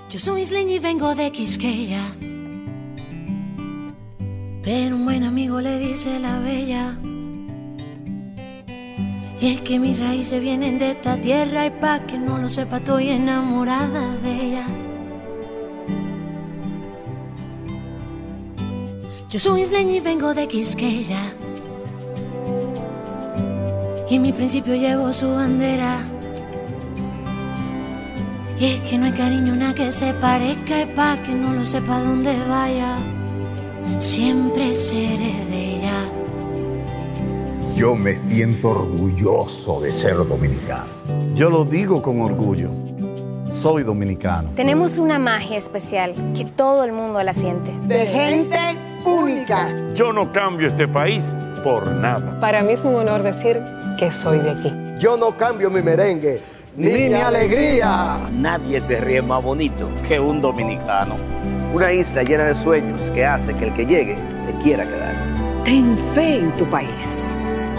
Yo soy isleña y vengo de Quisqueya, pero un buen amigo le dice la bella. Y es que mis raíces vienen de esta tierra y pa' que no lo sepa estoy enamorada de ella. Yo soy isleña y vengo de Quisqueya, y en mi principio llevo su bandera. Y es que no hay cariño nada que se parezca, y pa' que no lo sepa dónde vaya, siempre seré de ella. Yo me siento orgulloso de ser dominicano. Yo lo digo con orgullo. Soy dominicano. Tenemos una magia especial que todo el mundo la siente. De gente única. Yo no cambio este país por nada. Para mí es un honor decir que soy de aquí. Yo no cambio mi merengue, ni mi alegría. Nadie se ríe más bonito que un dominicano. Una isla llena de sueños que hace que el que llegue se quiera quedar. Ten fe en tu país.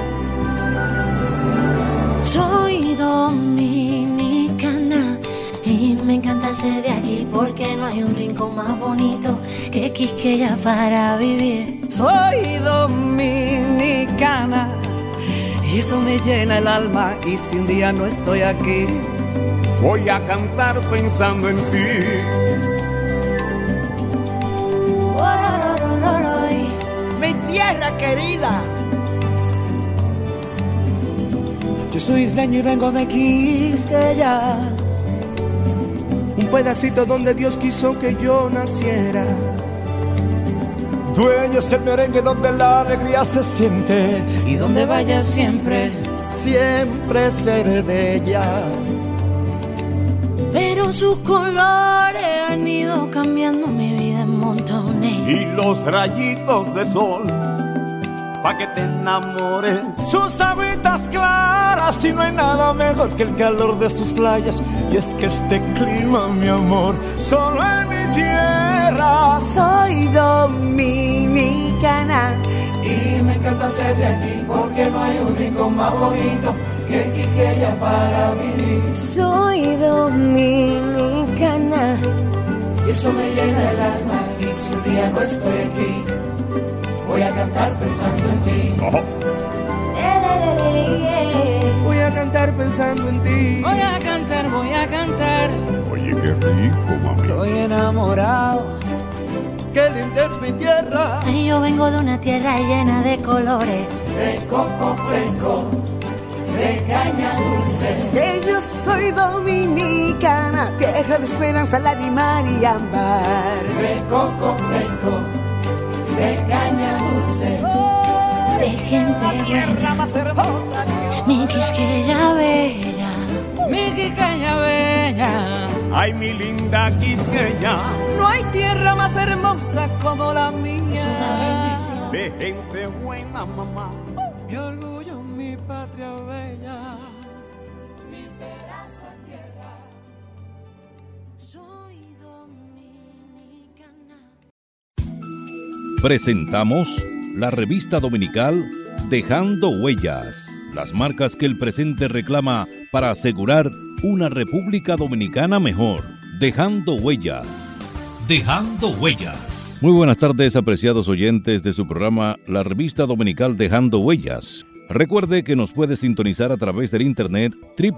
Soy dominicana y me encanta ser de aquí porque no hay un rincón más bonito que Quisqueya para vivir. Soy dominicana y eso me llena el alma, y si un día no estoy aquí, voy a cantar pensando en ti. Mi tierra querida. Yo soy isleño y vengo de Quisqueya, un pedacito donde Dios quiso que yo naciera. Dueños del merengue donde la alegría se siente, y donde vaya siempre, siempre seré de ella. Pero sus colores han ido cambiando mi vida en montones. Y los rayitos de sol, pa' que te enamores. Sus aguitas claras, y no hay nada mejor que el calor de sus playas. Y es que este clima, mi amor, solo en mi tierra. Soy dominicana y me encanta ser de aquí porque no hay un rincón más bonito que Quisqueya para vivir. Soy dominicana y eso me llena el alma, y si un día no estoy aquí, voy a cantar pensando en ti. Voy a cantar pensando en ti. Voy a cantar, voy a cantar. Oye, qué rico, mami. Estoy enamorado. Qué linda es mi tierra. Ay, yo vengo de una tierra llena de colores, de coco fresco, de caña dulce. Que yo soy dominicana, tierra de esperanza, lágrima y ámbar. De coco fresco, de caña dulce. de gente buena, más hermosa. Mi Quisqueya bella, mi Quisqueya bella. Ay, mi linda Quisqueya. No hay tierra más hermosa como la mía. Es una bendición de gente buena, mamá. Mi orgullo, mi patria bella, mi pedazo de tierra. Soy dominicana. Presentamos la revista dominical Dejando Huellas, las marcas que el presente reclama para asegurar una República Dominicana mejor. Dejando Huellas. Dejando Huellas. Muy buenas tardes, apreciados oyentes de su programa La revista dominical Dejando Huellas. Recuerde que nos puede sintonizar a través del internet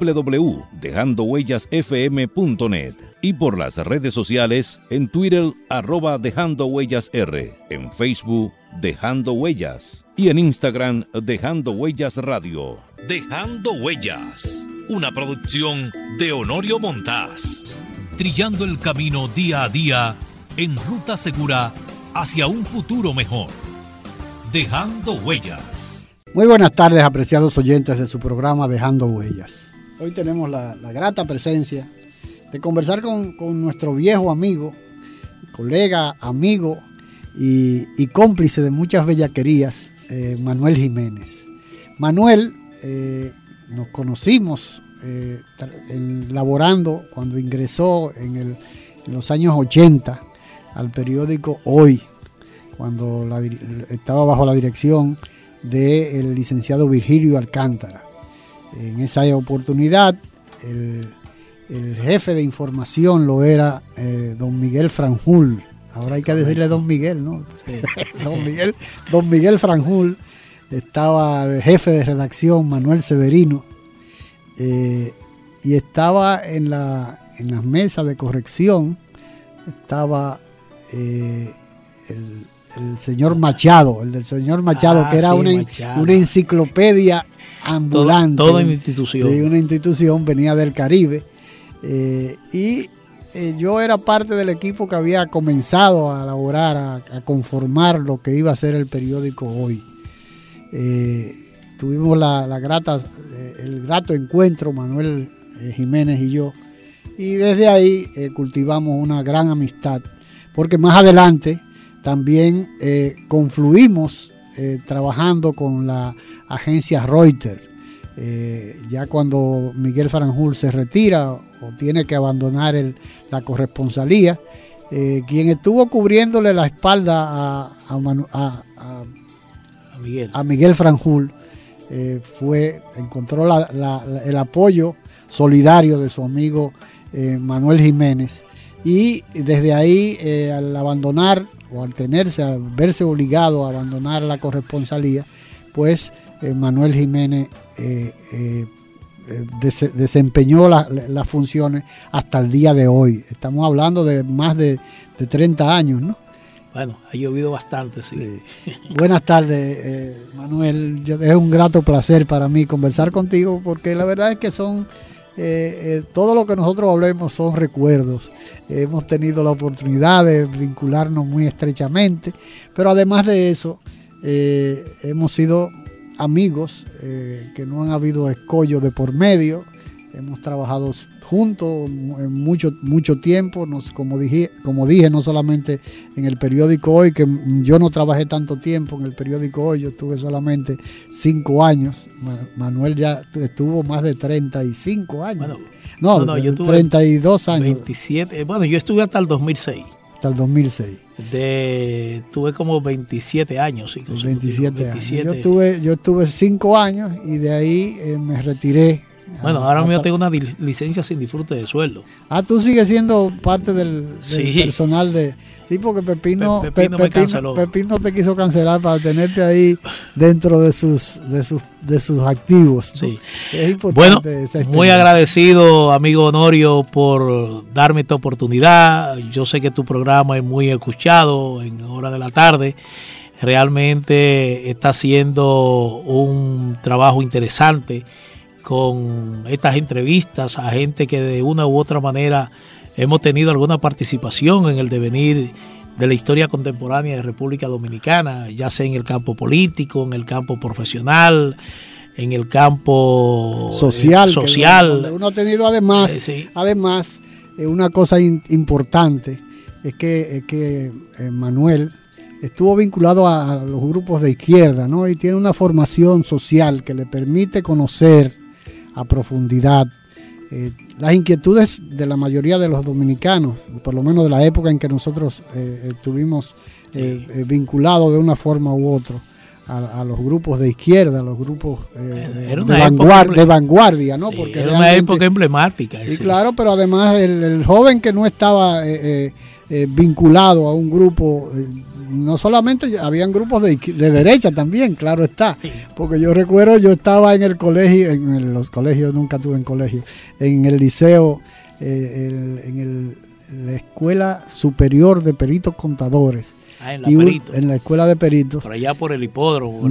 www.dejandohuellasfm.net y por las redes sociales en Twitter @DejandoHuellasR, en Facebook Dejando Huellas y en Instagram Dejando Huellas Radio. Dejando Huellas, una producción de Honorio Montás, trillando el camino día a día en ruta segura hacia un futuro mejor. Dejando Huellas. Muy buenas tardes, apreciados oyentes de su programa Dejando Huellas. Hoy tenemos la grata presencia de conversar con nuestro viejo amigo, colega, amigo y cómplice de muchas bellaquerías, Manuel Jiménez. Manuel, nos conocimos laborando cuando ingresó en los años 80 al periódico Hoy, cuando estaba bajo la dirección del licenciado Virgilio Alcántara. En esa oportunidad, él El jefe de información lo era don Miguel Franjul. Ahora hay que decirle don Miguel, ¿no? Don Miguel Franjul. Estaba el jefe de redacción Manuel Severino. Y estaba en las mesas de corrección, estaba el señor Machado, que era una enciclopedia ambulante. Toda una institución. De una institución, venía del Caribe. Yo era parte del equipo que había comenzado a elaborar, a conformar lo que iba a ser el periódico Hoy. Tuvimos el grato encuentro, Manuel Jiménez y yo, y desde ahí cultivamos una gran amistad, porque más adelante también confluimos trabajando con la agencia Reuters. Ya cuando Miguel Franjul se retira o tiene que abandonar la corresponsalía, quien estuvo cubriéndole la espalda a Miguel Franjul encontró el apoyo solidario de su amigo Manuel Jiménez, y desde ahí al abandonar o al verse obligado a abandonar la corresponsalía, pues Manuel Jiménez desempeñó las funciones hasta el día de hoy. Estamos hablando de más de 30 años, ¿no? Bueno, ha llovido bastante, sí. Buenas tardes, Manuel. Es un grato placer para mí conversar contigo, porque la verdad es que son todo lo que nosotros hablemos son recuerdos. Hemos tenido la oportunidad de vincularnos muy estrechamente, pero además de eso, hemos sido amigos, que no han habido escollos de por medio. Hemos trabajado juntos en mucho tiempo, como dije, no solamente en el periódico Hoy, que yo no trabajé tanto tiempo en el periódico Hoy, yo estuve solamente 5 años. Manuel ya estuvo más de 35 años. Bueno, no, yo tuve 32 años. 27, bueno, yo estuve hasta el 2006. Hasta el 2006. Tuve como 27 años. 27 años. Yo estuve 5 años y de ahí me retiré. Bueno, ahora mismo tengo una licencia sin disfrute de sueldo. Tú sigues siendo parte del personal de... Sí, porque Pepino te quiso cancelar para tenerte ahí dentro de sus activos, ¿no? Sí. Es importante. Bueno, muy agradecido, amigo Honorio, por darme esta oportunidad. Yo sé que tu programa es muy escuchado en hora de la tarde. Realmente está haciendo un trabajo interesante con estas entrevistas a gente que de una u otra manera hemos tenido alguna participación en el devenir de la historia contemporánea de República Dominicana, ya sea en el campo político, en el campo profesional, en el campo social. Donde uno ha tenido además una cosa importante es que Manuel estuvo vinculado a los grupos de izquierda, ¿no? Y tiene una formación social que le permite conocer a profundidad las inquietudes de la mayoría de los dominicanos, por lo menos de la época en que nosotros estuvimos vinculados de una forma u otra a los grupos de izquierda, a los grupos de vanguardia, ¿no? Porque era una época emblemática. Sí, claro, pero además el joven que no estaba vinculado a un grupo, no solamente habían grupos de derecha también, claro está, porque yo recuerdo, yo estaba en el colegio, en los colegios, nunca estuve en colegio, en el liceo, en la Escuela Superior de Peritos Contadores. En la escuela de peritos. Por allá por el hipódromo.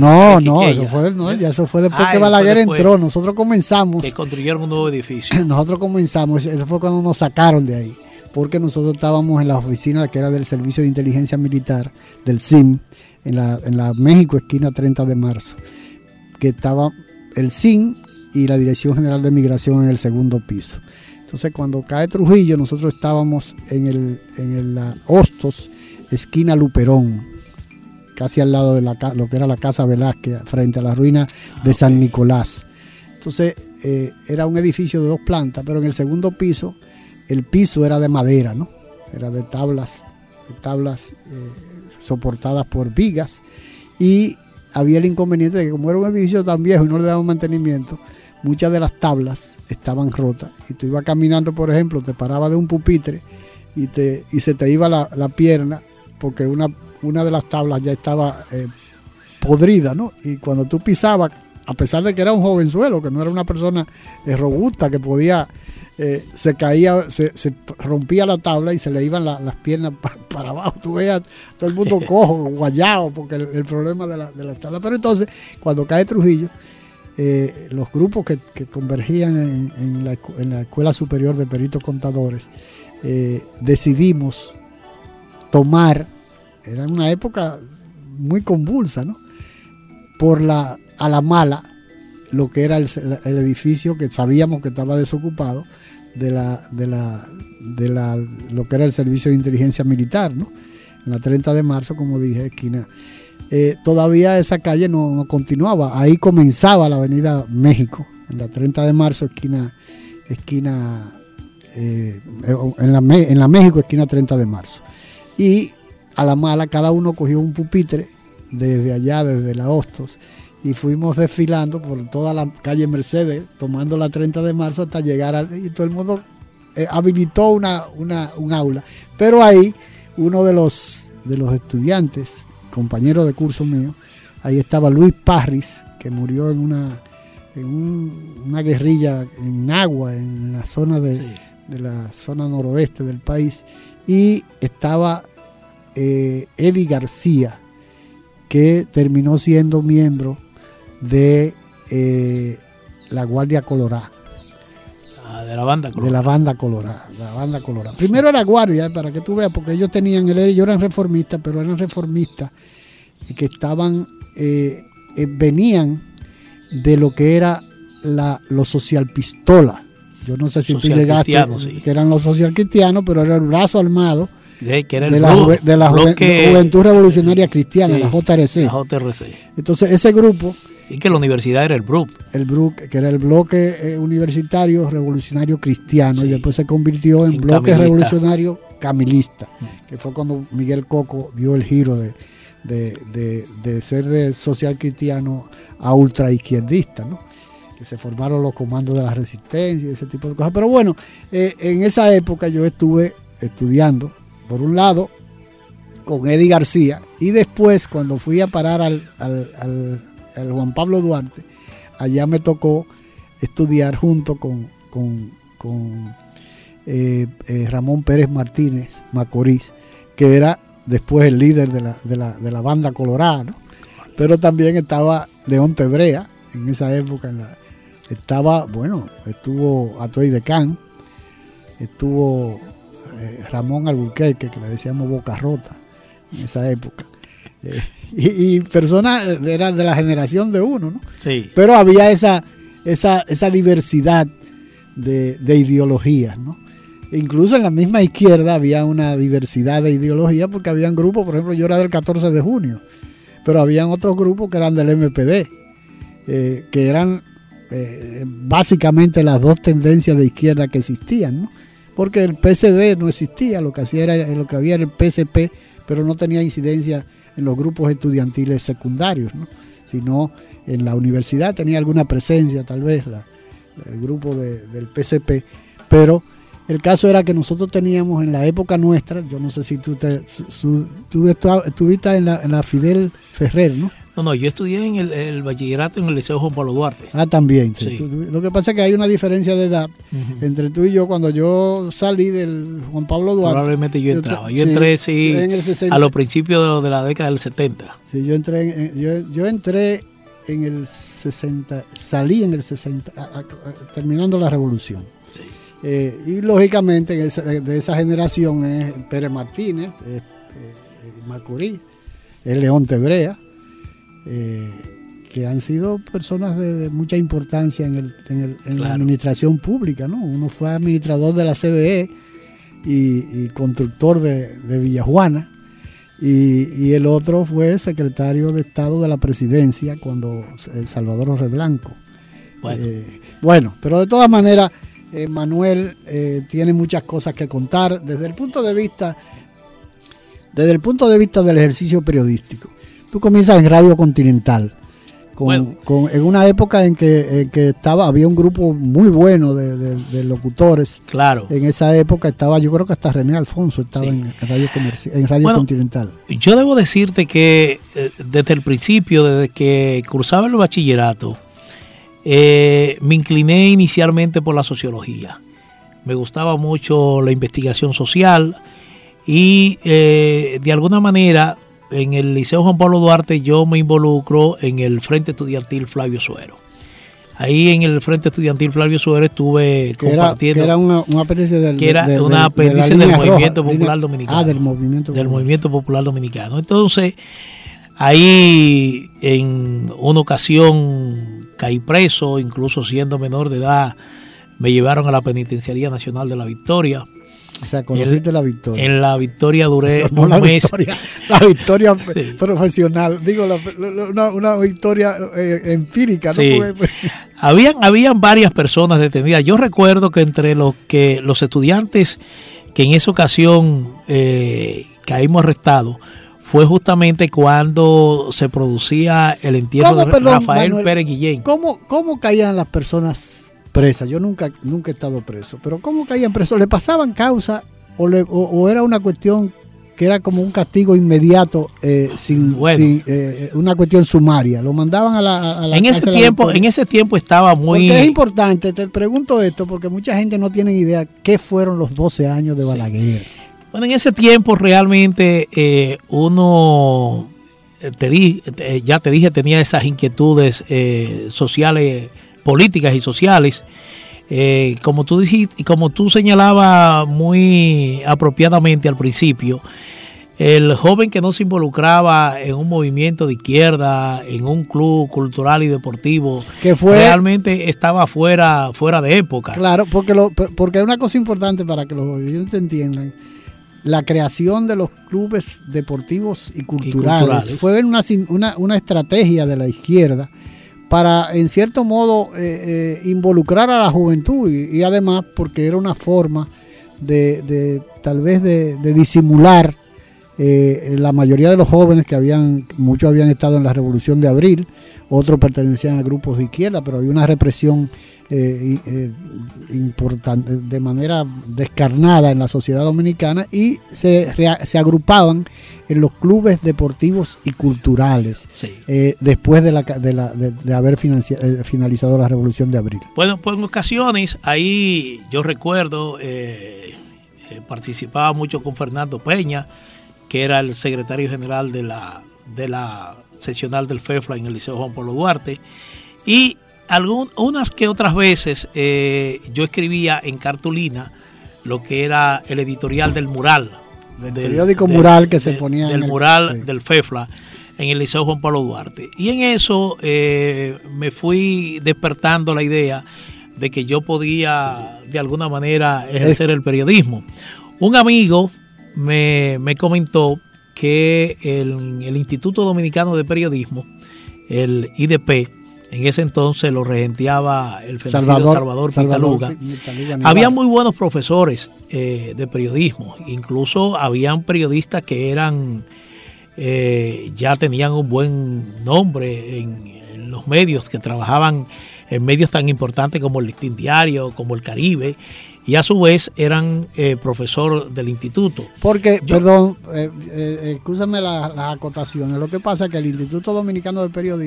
Eso fue después que Balaguer entró. Nosotros comenzamos. Que construyeron un nuevo edificio. Nosotros comenzamos, eso fue cuando nos sacaron de ahí. Porque nosotros estábamos en la oficina que era del Servicio de Inteligencia Militar, del CIM, en la México, esquina 30 de marzo. Que estaba el CIM y la Dirección General de Migración en el segundo piso. Entonces, cuando cae Trujillo, nosotros estábamos en la Hostos, esquina Luperón, casi al lado de lo que era la Casa Velázquez, frente a la ruina de San Nicolás. Entonces, era un edificio de 2 plantas, pero en el segundo piso, el piso era de madera, ¿no? Era de tablas soportadas por vigas, y había el inconveniente de que como era un edificio tan viejo y no le daban mantenimiento, muchas de las tablas estaban rotas y tú ibas caminando, por ejemplo, te parabas de un pupitre y se te iba la pierna porque una de las tablas ya estaba podrida, ¿no? Y cuando tú pisabas, a pesar de que era un jovenzuelo, que no era una persona robusta, que podía, se caía, se rompía la tabla y se le iban las piernas para abajo. Tú veías todo el mundo cojo, guayado, porque el problema de la tabla. Pero entonces, cuando cae Trujillo, los grupos que convergían en la Escuela Superior de Peritos Contadores, decidimos tomar, era una época muy convulsa, ¿no? A la mala, lo que era el edificio que sabíamos que estaba desocupado de lo que era el Servicio de Inteligencia Militar, ¿no? En la 30 de marzo, como dije, esquina. Todavía esa calle no continuaba. Ahí comenzaba la Avenida México, en la 30 de marzo, en la México, esquina 30 de marzo. Y a la mala, cada uno cogió un pupitre desde allá, desde la Hostos, y fuimos desfilando por toda la calle Mercedes, tomando la 30 de marzo hasta llegar y todo el mundo habilitó un aula. Pero ahí uno de los estudiantes, compañero de curso mío, ahí estaba Luis Parris, que murió en una guerrilla en Nagua, en la zona de la zona noroeste del país, y estaba Eddie García, que terminó siendo miembro de la Guardia Colorada. De la banda Colorada. De la banda Colorada. Primero era guardia, para que tú veas, porque ellos tenían, ellos eran reformistas, pero eran reformistas que estaban, venían de lo que era los socialpistolas. Yo no sé si tú llegaste, que eran los socialcristianos, pero era el brazo armado que era de la Juventud Revolucionaria Cristiana, la JRC. Entonces ese grupo... Y que la universidad era el BRUC. El BRUC, que era el Bloque Universitario Revolucionario Cristiano, y después se convirtió en Bloque Revolucionario Camilista, que fue cuando Miguel Coco dio el giro de ser de social cristiano a ultraizquierdista, ¿no? Que se formaron los comandos de la resistencia y ese tipo de cosas. Pero bueno, en esa época yo estuve estudiando, por un lado, con Eddie García, y después, cuando fui a parar al Juan Pablo Duarte, allá me tocó estudiar junto con Ramón Pérez Martínez Macorís, que era después el líder de la banda Colorada, ¿no? Pero también estaba León Tebrea en esa época, estuvo Atoy de Can, estuvo Ramón Alburquerque, que le decíamos Boca Rota en esa época. Y personas eran de la generación de uno, ¿no? Sí. Pero había esa diversidad de ideologías, ¿no? E incluso en la misma izquierda había una diversidad de ideologías, porque habían grupos, por ejemplo, yo era del 14 de junio, pero habían otros grupos que eran del MPD, que eran básicamente las dos tendencias de izquierda que existían, ¿no? Porque el PSD no existía, lo que había era el PSP, pero no tenía incidencia en los grupos estudiantiles secundarios, ¿no? Sino en la universidad tenía alguna presencia, tal vez el grupo del PSP, pero el caso era que nosotros teníamos en la época nuestra, yo no sé si tú estuviste en la Fidel Ferrer, ¿no? No, yo estudié en el bachillerato en el Liceo Juan Pablo Duarte. Ah, también. Sí. Lo que pasa es que hay una diferencia de edad entre tú y yo. Cuando yo salí del Juan Pablo Duarte... Probablemente yo entraba. Yo entré, en el 60, a los principios de la década del 70. Sí, yo entré en el 60, salí en el 60, terminando la revolución. Sí. Y lógicamente de esa generación es Pérez Martínez, Macorís, es León Tebrea, que han sido personas de mucha importancia en la administración pública, ¿no? Uno fue administrador de la CDE y constructor de Villajuana, y el otro fue secretario de Estado de la Presidencia cuando Salvador Jorge Blanco. Bueno, pero de todas maneras, Manuel tiene muchas cosas que contar desde el punto de vista del ejercicio periodístico. Tú comienzas en Radio Continental, en una época en que había un grupo muy bueno de locutores. Claro. En esa época estaba, yo creo que hasta René Alfonso estaba en Radio Continental. Yo debo decirte que desde el principio, desde que cursaba el bachillerato, me incliné inicialmente por la sociología. Me gustaba mucho la investigación social y de alguna manera en el Liceo Juan Pablo Duarte yo me involucro en el Frente Estudiantil Flavio Suero. Ahí en el Frente Estudiantil Flavio Suero estuve compartiendo. Que era una apéndice del Movimiento Popular Dominicano. Del Movimiento Popular Dominicano. Entonces, ahí en una ocasión caí preso, incluso siendo menor de edad, me llevaron a la Penitenciaría Nacional de la Victoria. O sea, conociste la Victoria. En la Victoria duré un mes. La victoria sí. Profesional, digo, una victoria empírica. Sí. ¿No? Habían varias personas detenidas. Yo recuerdo que entre los estudiantes que en esa ocasión caímos arrestados, fue justamente cuando se producía el entierro de Rafael Pérez Guillén. ¿Cómo caían las personas presas? Yo nunca he estado preso, pero ¿cómo caían presos? ¿Le pasaban causa o era una cuestión que era como un castigo inmediato sin una cuestión sumaria? ¿Lo mandaban a la en ese tiempo estaba muy... Porque es importante, te pregunto esto, porque mucha gente no tiene idea qué fueron los 12 años de Balaguer. Bueno, en ese tiempo realmente uno, ya te dije, tenía esas inquietudes sociales, políticas y sociales. Como tú dijiste, y como tú señalabas muy apropiadamente al principio, el joven que no se involucraba en un movimiento de izquierda, en un club cultural y deportivo, realmente estaba fuera de época. Claro, porque hay una cosa importante para que los oyentes entiendan. La creación de los clubes deportivos y culturales fue una estrategia de la izquierda para, en cierto modo, involucrar a la juventud y además porque era una forma tal vez de disimular la mayoría de los jóvenes muchos habían estado en la Revolución de Abril, otros pertenecían a grupos de izquierda, pero había una represión importante, de manera descarnada en la sociedad dominicana, y se agrupaban en los clubes deportivos y culturales después de haber finalizado la Revolución de Abril. Bueno, pues en ocasiones ahí yo recuerdo participaba mucho con Fernando Peña, que era el secretario general de la seccional del FEFLA en el Liceo Juan Pablo Duarte, y unas que otras veces yo escribía en cartulina lo que era el editorial del mural, del periódico mural que se ponía del mural del FEFLA en el Liceo Juan Pablo Duarte, y en eso me fui despertando la idea de que yo podía de alguna manera ejercer el periodismo. Un amigo me comentó que el Instituto Dominicano de Periodismo, el IDP, en ese entonces lo regenteaba el fenecido Salvador Pitaluga. Había muy buenos profesores de periodismo, incluso habían periodistas que eran ya tenían un buen nombre en los medios, que trabajaban en medios tan importantes como el Listín Diario, como el Caribe, y a su vez eran profesor del instituto. Porque, excúsame las acotaciones, lo que pasa es que el Instituto Dominicano de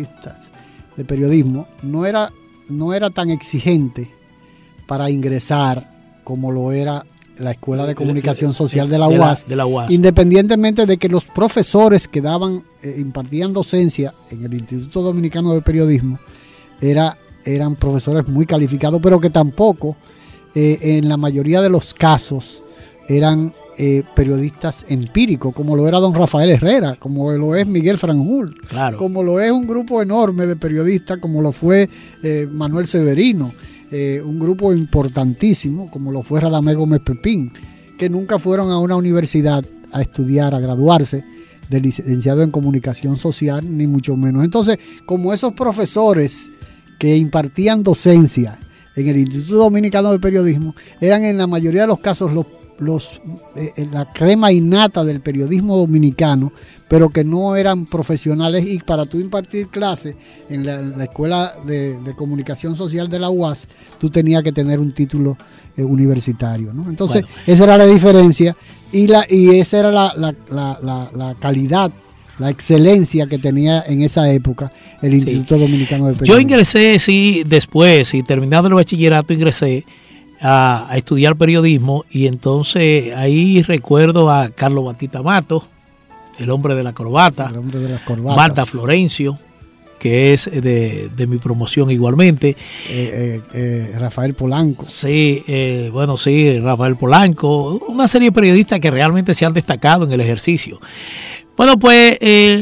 Periodismo no era tan exigente para ingresar como lo era la Escuela de Comunicación Social de la UAS, independientemente de que los profesores que impartían docencia en el Instituto Dominicano de Periodismo eran profesores muy calificados, pero que tampoco en la mayoría de los casos eran periodistas empíricos, como lo era don Rafael Herrera, como lo es Miguel Franjul, como lo es un grupo enorme de periodistas, como lo fue Manuel Severino, un grupo importantísimo, como lo fue Radamés Gómez Pepín, que nunca fueron a una universidad a estudiar, a graduarse de licenciado en comunicación social, ni mucho menos. Entonces, como esos profesores que impartían docencia en el Instituto Dominicano de Periodismo eran en la mayoría de los casos la crema innata del periodismo dominicano, pero que no eran profesionales, y para tú impartir clases en la Escuela de Comunicación Social de la UAS, tú tenías que tener un título universitario, ¿no? Entonces, bueno, esa era la diferencia y esa era la calidad, la excelencia que tenía en esa época el Instituto Dominicano de Periodismo. Yo ingresé, después, y terminando el bachillerato, ingresé a estudiar periodismo, y entonces ahí recuerdo a Carlos Batista Matos, el hombre de la corbata, el hombre de las corbatas, Marta Florencio, que es de mi promoción igualmente, Rafael Polanco. Sí, Rafael Polanco, una serie de periodistas que realmente se han destacado en el ejercicio. Bueno, pues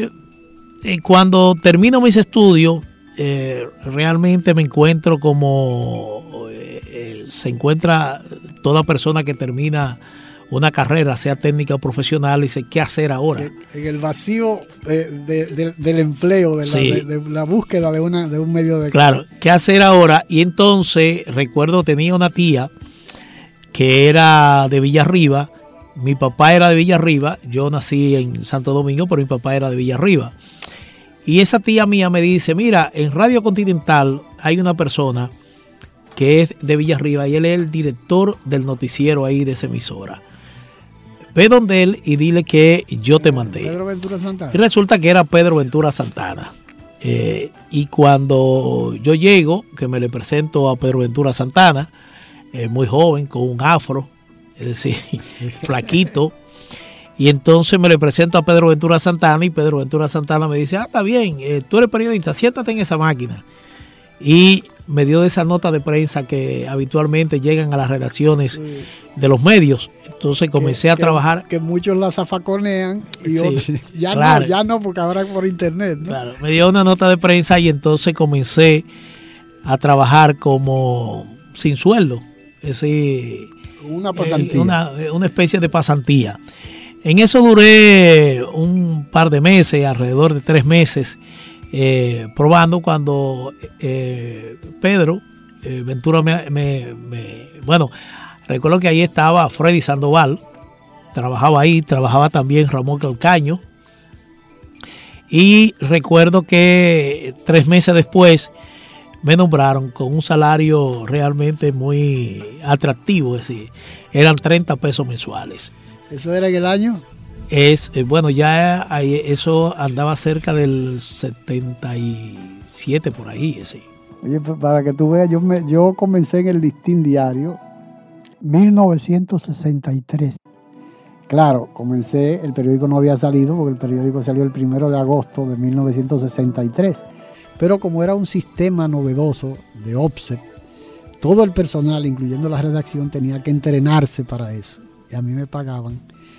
cuando termino mis estudios, realmente me encuentro como se encuentra toda persona que termina una carrera, sea técnica o profesional, y dice, ¿qué hacer ahora? En el vacío del empleo, de la búsqueda de un medio de... Claro, ¿qué hacer ahora? Y entonces, recuerdo, tenía una tía que era de Villarriba. Mi papá era de Villarriba, yo nací en Santo Domingo, pero mi papá era de Villarriba. Y esa tía mía me dice, mira, en Radio Continental hay una persona que es de Villarriba y él es el director del noticiero ahí de esa emisora. Ve donde él y dile que yo te mandé. Pedro Ventura Santana. Y resulta que era Pedro Ventura Santana. Y cuando yo llego, que me le presento a Pedro Ventura Santana, muy joven, con un afro, es decir, flaquito, y entonces me le presento a Pedro Ventura Santana, y Pedro Ventura Santana me dice, está bien, tú eres periodista, siéntate en esa máquina. Y me dio esa nota de prensa que habitualmente llegan a las redacciones de los medios. Entonces comencé a trabajar. Que muchos la zafaconean y otros ya no, porque ahora es por internet, ¿no? Claro, me dio una nota de prensa y entonces comencé a trabajar como sin sueldo. Es decir, una pasantía. Una especie de pasantía. En eso duré un par de meses, alrededor de 3 meses, probando, cuando Pedro Ventura bueno, recuerdo que ahí estaba Freddy Sandoval, trabajaba ahí, trabajaba también Ramón Calcaño, y recuerdo que 3 meses después me nombraron con un salario realmente muy atractivo, es decir, eran 30 pesos mensuales. ¿Eso era en el año? Bueno, ya eso andaba cerca del 77 por ahí, sí. Oye, para que tú veas, yo comencé en el Listín Diario 1963. Claro, el periódico no había salido, porque el periódico salió el 1 de agosto de 1963. Pero como era un sistema novedoso de OPSEP, todo el personal, incluyendo la redacción, tenía que entrenarse para eso. Y a mí me pagaban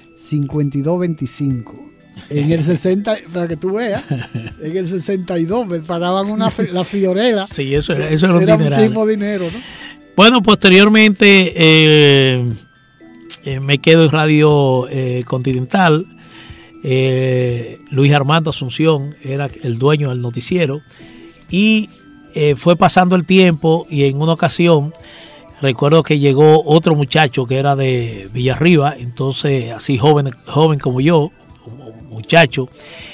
$52.25. En el 60, para que tú veas, en el 62 me pagaban la friorera. Sí, eso era un muchísimo dinero, ¿no? Bueno, posteriormente me quedo en Radio Continental. Luis Armando Asunción era el dueño del noticiero, y fue pasando el tiempo, y en una ocasión recuerdo que llegó otro muchacho que era de Villarriba, entonces así joven como yo, muchacho,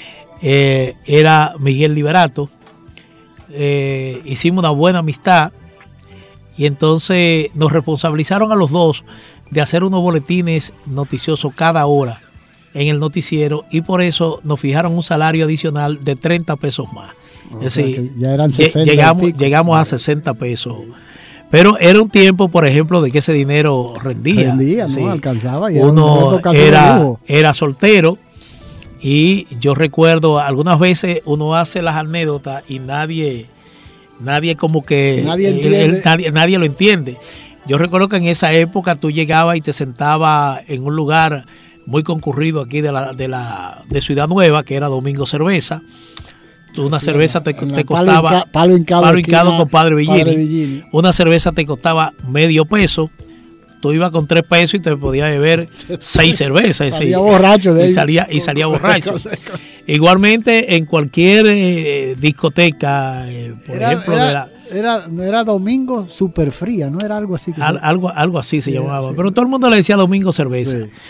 era Miguel Liberato. Hicimos una buena amistad, y entonces nos responsabilizaron a los dos de hacer unos boletines noticiosos cada hora en el noticiero, y por eso nos fijaron un salario adicional de 30 pesos más. Es decir, ya eran 60 llegamos a 60 pesos. Pero era un tiempo, por ejemplo, de que ese dinero rendía. Sí. ¿No? Alcanzaba. Y uno era soltero, y yo recuerdo algunas veces uno hace las anécdotas y nadie como que nadie lo entiende. Yo recuerdo que en esa época tú llegabas y te sentabas en un lugar muy concurrido aquí de Ciudad Nueva, que era Domingo Cerveza. Una cerveza te costaba palo hincado con Padre Villini. Una cerveza te costaba medio peso. Tú ibas con 3 pesos y te podías beber 6 cervezas. Salía borracho de y salía borracho. Igualmente en cualquier discoteca, por ejemplo, era Domingo Super Fría, ¿no? Era algo así. Algo así se llamaba. Sí. Pero todo el mundo le decía Domingo Cerveza. Sí.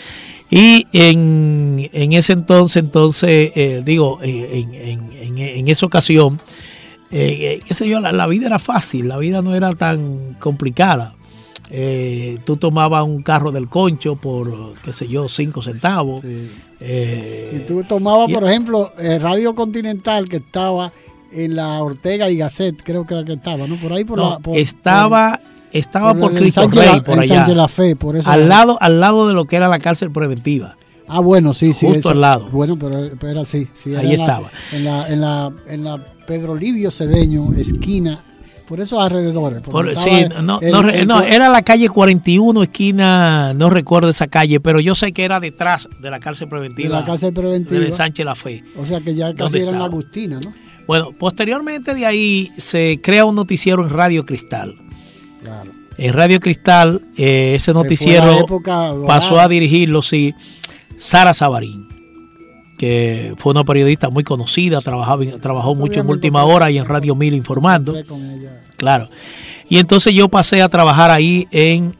Y en ese entonces en esa ocasión, qué sé yo, la vida era fácil, la vida no era tan complicada. Tú tomabas un carro del Concho por, qué sé yo, 5 centavos. Sí. Y tú tomabas, por ejemplo, Radio Continental, que estaba en la Ortega y Gasset, creo que era que estaba, ¿no? Por ahí estaba por Cristo Rey, por allá. Sánchez La Fe, por eso al lado de lo que era la cárcel preventiva. Ah, bueno, sí. Justo eso, al lado. Bueno, pero era así. Sí, ahí estaba. En la Pedro Livio Cedeño, esquina. Por esos alrededores. Era la calle 41, esquina, no recuerdo esa calle, pero yo sé que era detrás de la cárcel preventiva. De la cárcel preventiva. De Sánchez La Fe. O sea que ya casi era en la Agustina, ¿no? Bueno, posteriormente de ahí se crea un noticiero en Radio Cristal. Claro. En Radio Cristal, ese noticiero pasó a dirigirlo, sí, Sara Sabarín, que fue una periodista muy conocida, trabajó mucho en Última Hora y en Radio 1000 informando. Claro. Y entonces yo pasé a trabajar ahí en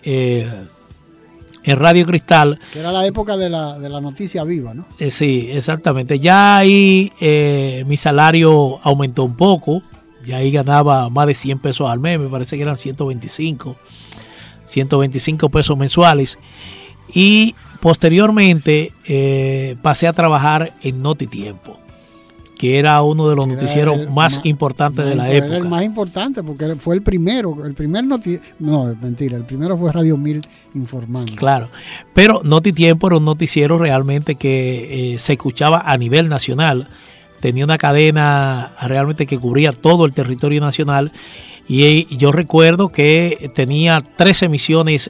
Radio Cristal. Que era la época de la noticia viva, ¿no? Sí, exactamente. Ya ahí mi salario aumentó un poco. Ya ahí ganaba más de 100 pesos al mes, me parece que eran 125 pesos mensuales. Y posteriormente pasé a trabajar en Notitiempo, que era uno de los noticieros más importantes de la época. Era el más importante porque fue el primero no, mentira, el primero fue Radio 1000 informando. Claro, pero Notitiempo era un noticiero realmente que se escuchaba a nivel nacional, tenía una cadena realmente que cubría todo el territorio nacional y yo recuerdo que tenía 3 emisiones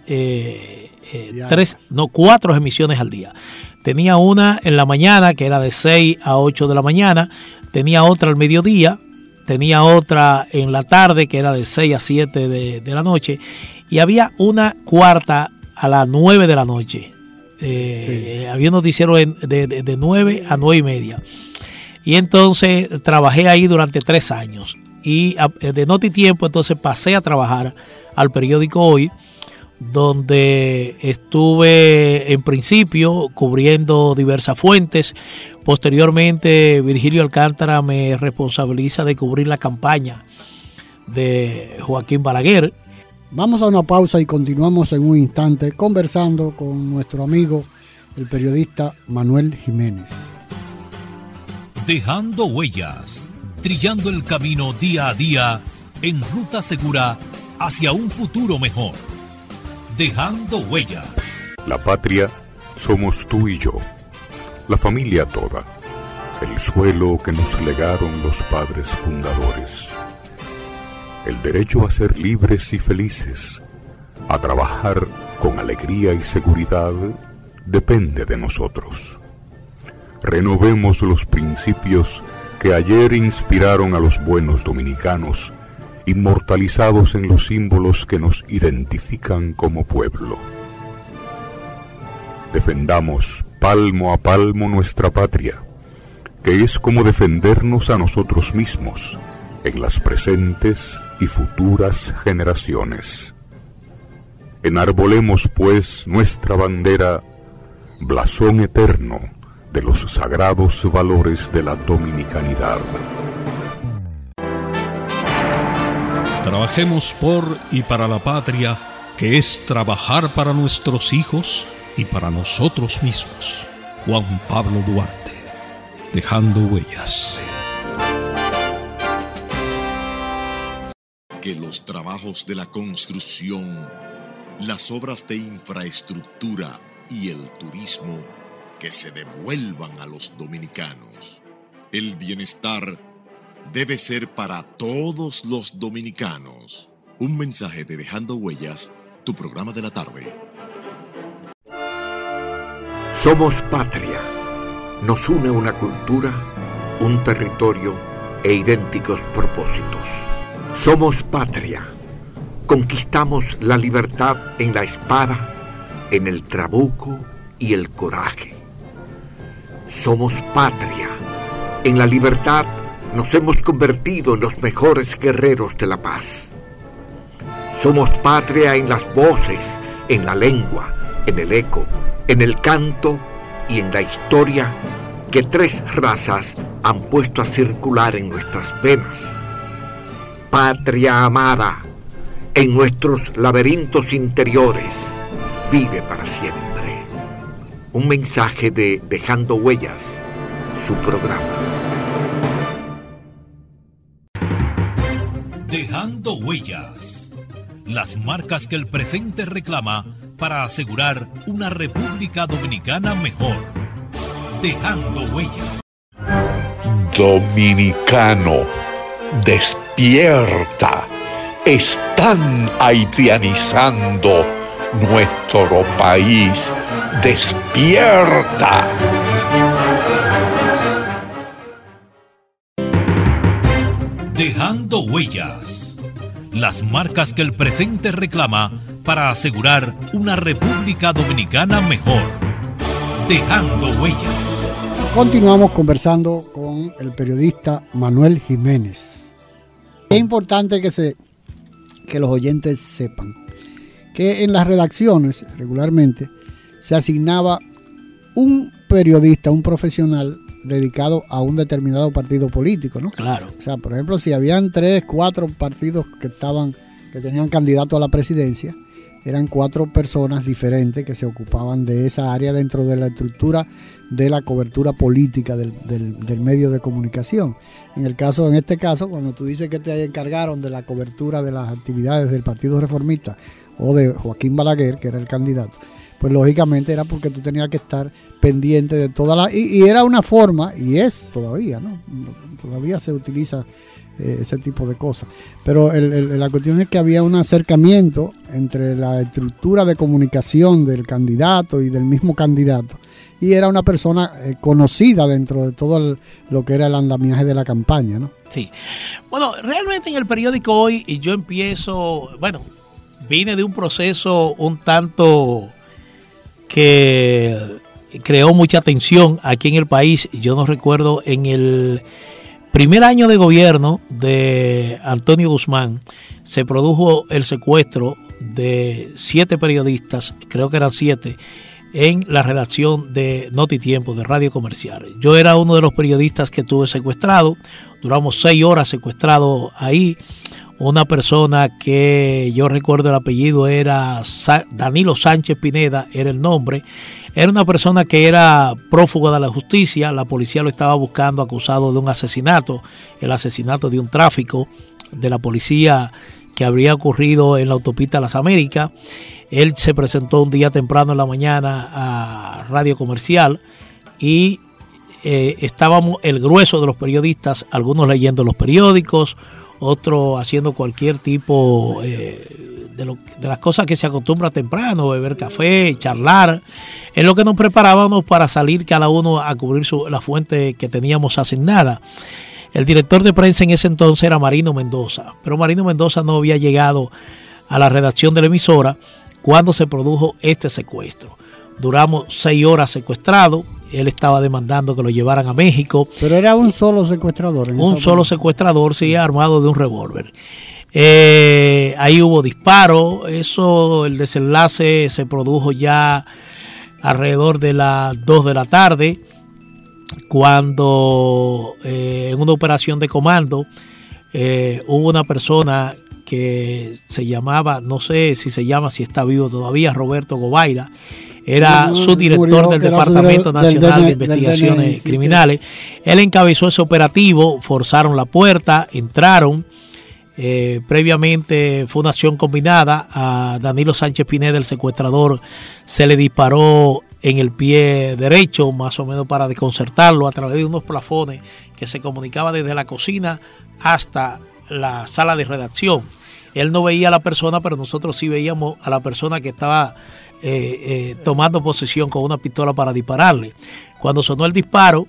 4 emisiones al día. Tenía una en la mañana que era de 6 a 8 de la mañana, tenía otra al mediodía, tenía otra en la tarde que era de 6 a 7 de la noche y había una cuarta a las 9 de la noche. Había un noticiero de 9 a 9 y media. Y entonces trabajé ahí durante 3 años. Y de Notitiempo entonces pasé a trabajar al periódico Hoy, donde estuve en principio cubriendo diversas fuentes. Posteriormente Virgilio Alcántara me responsabiliza de cubrir la campaña de Joaquín Balaguer. Vamos a una pausa y continuamos en un instante conversando con nuestro amigo, el periodista Manuel Jiménez. Dejando huellas, trillando el camino día a día en ruta segura hacia un futuro mejor. Dejando huellas. La patria somos tú y yo, la familia toda, el suelo que nos legaron los padres fundadores. El derecho a ser libres y felices, a trabajar con alegría y seguridad, depende de nosotros. Renovemos los principios que ayer inspiraron a los buenos dominicanos, inmortalizados en los símbolos que nos identifican como pueblo. Defendamos palmo a palmo nuestra patria, que es como defendernos a nosotros mismos en las presentes y futuras generaciones. Enarbolemos, pues, nuestra bandera, blasón eterno de los sagrados valores de la dominicanidad. Trabajemos por y para la patria, que es trabajar para nuestros hijos y para nosotros mismos. Juan Pablo Duarte, dejando huellas. Que los trabajos de la construcción, las obras de infraestructura y el turismo que se devuelvan a los dominicanos. El bienestar debe ser para todos los dominicanos. Un mensaje de Dejando Huellas, tu programa de la tarde. Somos patria. Nos une una cultura, un territorio e idénticos propósitos. Somos patria. Conquistamos la libertad en la espada, en el trabuco y el coraje. Somos patria. En la libertad nos hemos convertido en los mejores guerreros de la paz. Somos patria en las voces, en la lengua, en el eco, en el canto y en la historia que 3 razas han puesto a circular en nuestras venas. Patria amada, en nuestros laberintos interiores, vive para siempre. Un mensaje de Dejando Huellas, su programa. Dejando Huellas. Las marcas que el presente reclama para asegurar una República Dominicana mejor. Dejando Huellas. Dominicano, despierta. Están haitianizando nuestro país. Despierta. Dejando Huellas. Las marcas que el presente reclama para asegurar una República Dominicana mejor. Dejando Huellas. Continuamos conversando con el periodista Manuel Jiménez. Es importante que los oyentes sepan que en las redacciones regularmente se asignaba un periodista, un profesional dedicado a un determinado partido político, ¿no? Claro. O sea, por ejemplo, si habían 3, 4 partidos que tenían candidato a la presidencia, eran 4 personas diferentes que se ocupaban de esa área dentro de la estructura de la cobertura política del medio de comunicación. En este caso, cuando tú dices que te encargaron de la cobertura de las actividades del Partido Reformista o de Joaquín Balaguer, que era el candidato, pues lógicamente era porque tú tenías que estar pendiente de toda y era una forma, y es todavía, ¿no? Todavía se utiliza ese tipo de cosas. Pero la cuestión es que había un acercamiento entre la estructura de comunicación del candidato y del mismo candidato. Y era una persona conocida dentro de todo lo que era el andamiaje de la campaña, ¿no? Sí. Bueno, realmente en el periódico hoy yo vine de un proceso un tanto que creó mucha tensión aquí en el país. Yo no recuerdo, en el primer año de gobierno de Antonio Guzmán se produjo el secuestro de 7 periodistas, creo que eran 7, en la redacción de Notitiempo, de Radio Comercial. Yo era uno de los periodistas que tuve secuestrado. Duramos 6 horas secuestrado ahí. Una persona que yo recuerdo el apellido era Danilo Sánchez Pineda, era el nombre. Era una persona que era prófugo de la justicia. La policía lo estaba buscando acusado de un asesinato, el asesinato de un tráfico de la policía que habría ocurrido en la autopista Las Américas. Él se presentó un día temprano en la mañana a Radio Comercial y estábamos el grueso de los periodistas, algunos leyendo los periódicos, otros haciendo cualquier tipo de las cosas que se acostumbra temprano, beber café, charlar, en lo que nos preparábamos para salir cada uno a cubrir la fuente que teníamos asignada. El director de prensa en ese entonces era Marino Mendoza, pero Marino Mendoza no había llegado a la redacción de la emisora cuando se produjo este secuestro. Duramos 6 horas secuestrados. Él estaba demandando que lo llevaran a México. Pero era un solo secuestrador. Un solo secuestrador, sí, armado de un revólver. Ahí hubo disparos. El desenlace se produjo ya alrededor de las 2 de la tarde, cuando en una operación de comando hubo una persona que se llamaba, no sé si está vivo todavía, Roberto Gobaira. Era subdirector del Departamento Nacional de Investigaciones Criminales. Él encabezó ese operativo, forzaron la puerta, entraron. Previamente fue una acción combinada. A Danilo Sánchez Pineda, el secuestrador, se le disparó en el pie derecho, más o menos para desconcertarlo, a través de unos plafones que se comunicaban desde la cocina hasta la sala de redacción. Él no veía a la persona, pero nosotros sí veíamos a la persona que estaba tomando posesión con una pistola para dispararle. Cuando sonó el disparo,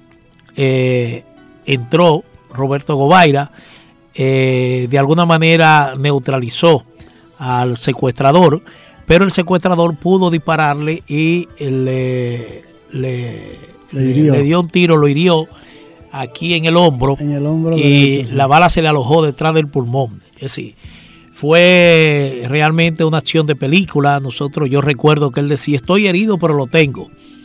entró Roberto Gobaira, de alguna manera neutralizó al secuestrador, pero el secuestrador pudo dispararle y le dio un tiro, lo hirió aquí en el hombro y derecho, la bala se le alojó detrás del pulmón. Es decir, fue realmente una acción de película. Yo recuerdo que él decía, estoy herido pero lo tengo.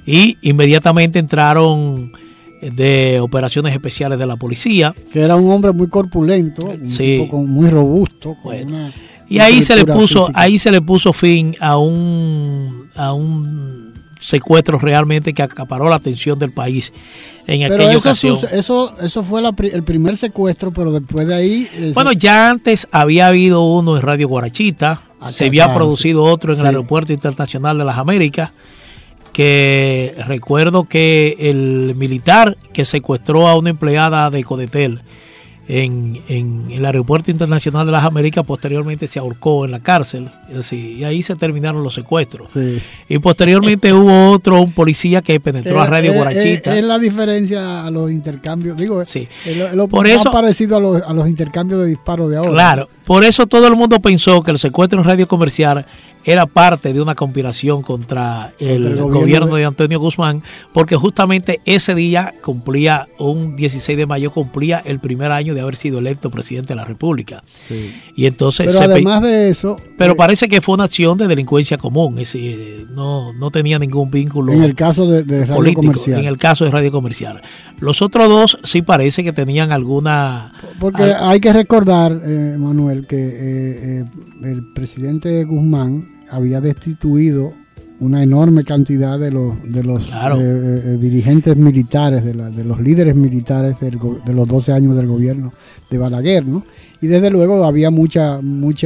y inmediatamente entraron de operaciones especiales de la policía. Que era un hombre muy corpulento, un tipo muy robusto, con una... Y ahí se le puso fin a un secuestro realmente que acaparó la atención del país en aquella ocasión. Eso fue el primer secuestro, pero después de ahí... Bueno, ya antes había habido uno en Radio Guarachita, se había producido otro en el Aeropuerto Internacional de las Américas, que recuerdo que el militar que secuestró a una empleada de Codetel en el Aeropuerto Internacional de las Américas posteriormente se ahorcó en la cárcel, es decir, y ahí se terminaron los secuestros. Y posteriormente hubo un policía que penetró a Radio Guarachita. Es la diferencia a los intercambios, por eso, más parecido a los intercambios de disparos de ahora. Claro, por eso todo el mundo pensó que el secuestro en Radio Comercial era parte de una conspiración contra el gobierno de Antonio Guzmán, porque justamente ese día un 16 de mayo cumplía el primer año de haber sido electo presidente de la República. Y entonces pero además de eso... Pero parece que fue una acción de delincuencia común, es decir, no tenía ningún vínculo en el caso de Radio político, Comercial. En el caso de Radio Comercial. Los otros dos sí parece que tenían alguna... Porque hay que recordar, Manuel, que el presidente Guzmán había destituido una enorme cantidad de los dirigentes militares, de los líderes militares de los 12 años del gobierno de Balaguer, ¿no? Y desde luego había mucha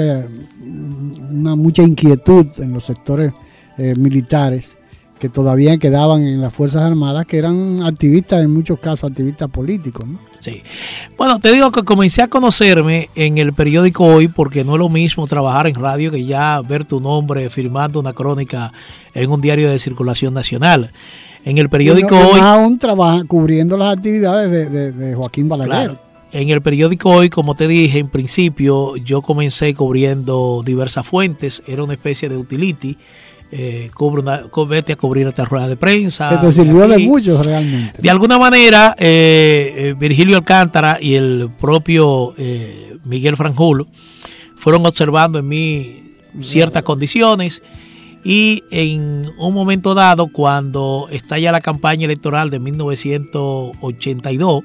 inquietud en los sectores militares que todavía quedaban en las Fuerzas Armadas, que eran activistas, en muchos casos activistas políticos, ¿no? Sí. Bueno, te digo que comencé a conocerme en el periódico Hoy, porque no es lo mismo trabajar en radio que ya ver tu nombre firmando una crónica en un diario de circulación nacional. En el periódico Hoy... aún trabaja cubriendo las actividades de Joaquín Balaguer. Claro. En el periódico Hoy, como te dije, en principio yo comencé cubriendo diversas fuentes, era una especie de utility. Vete a cubrir esta rueda de prensa. Que te sirvió de muchos realmente. De alguna manera, Virgilio Alcántara y el propio Miguel Franjul fueron observando en mí ciertas condiciones, y en un momento dado, cuando estalla la campaña electoral de 1982,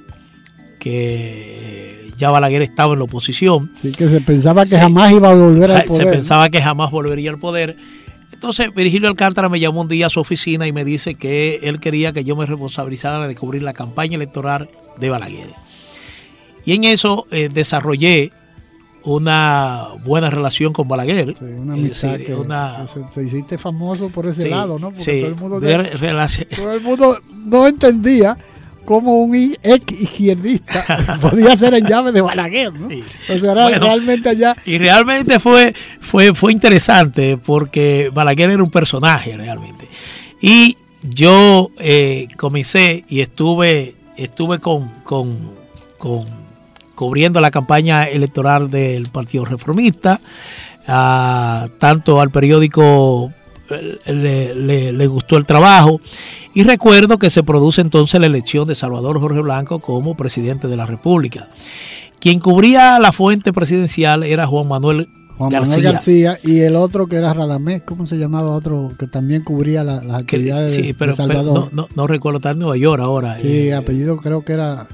que ya Balaguer estaba en la oposición. Sí, que se pensaba que jamás iba a volver al poder. Se pensaba que jamás volvería al poder. Entonces Virgilio Alcántara me llamó un día a su oficina y me dice que él quería que yo me responsabilizara de cubrir la campaña electoral de Balaguer. Y en eso desarrollé una buena relación con Balaguer. Sí, una amistad que te hiciste famoso por ese lado, ¿no? Porque todo el mundo no entendía cómo un ex izquierdista podía ser en llave de Balaguer, ¿no? Sí. O sea, realmente allá... Y realmente fue interesante, porque Balaguer era un personaje realmente. Y yo comencé y estuve cubriendo la campaña electoral del Partido Reformista. Tanto al periódico le gustó el trabajo, y recuerdo que se produce entonces la elección de Salvador Jorge Blanco como presidente de la República. Quien cubría la fuente presidencial era Juan Manuel García, y el otro que era Radamés, ¿cómo se llamaba? Otro que también cubría las actividades de Salvador. Pero no recuerdo, está en Nueva York ahora. Sí, apellido creo que era...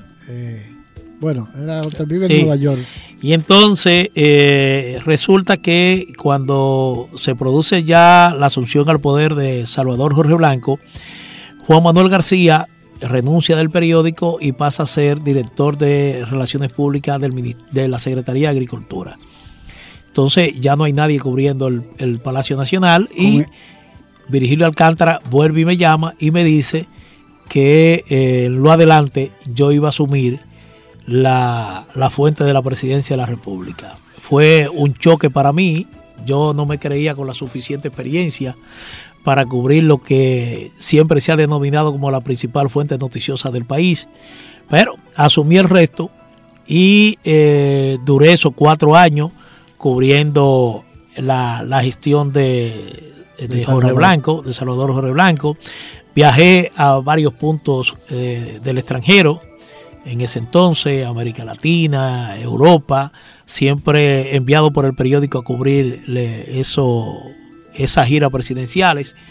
vive en Nueva York. Y entonces resulta que cuando se produce ya la asunción al poder de Salvador Jorge Blanco, Juan Manuel García renuncia del periódico y pasa a ser director de Relaciones Públicas de la Secretaría de Agricultura. Entonces ya no hay nadie cubriendo el Palacio Nacional, y Virgilio Alcántara vuelve y me llama y me dice que en lo adelante yo iba a asumir la fuente de la presidencia de la República. Fue un choque para mí. Yo no me creía con la suficiente experiencia para cubrir lo que siempre se ha denominado como la principal fuente noticiosa del país, pero asumí el resto y duré esos 4 años cubriendo la gestión de Jorge Blanco, de Salvador Jorge Blanco. Viajé a varios puntos del extranjero en ese entonces, América Latina, Europa, siempre enviado por el periódico a cubrir esas giras presidenciales.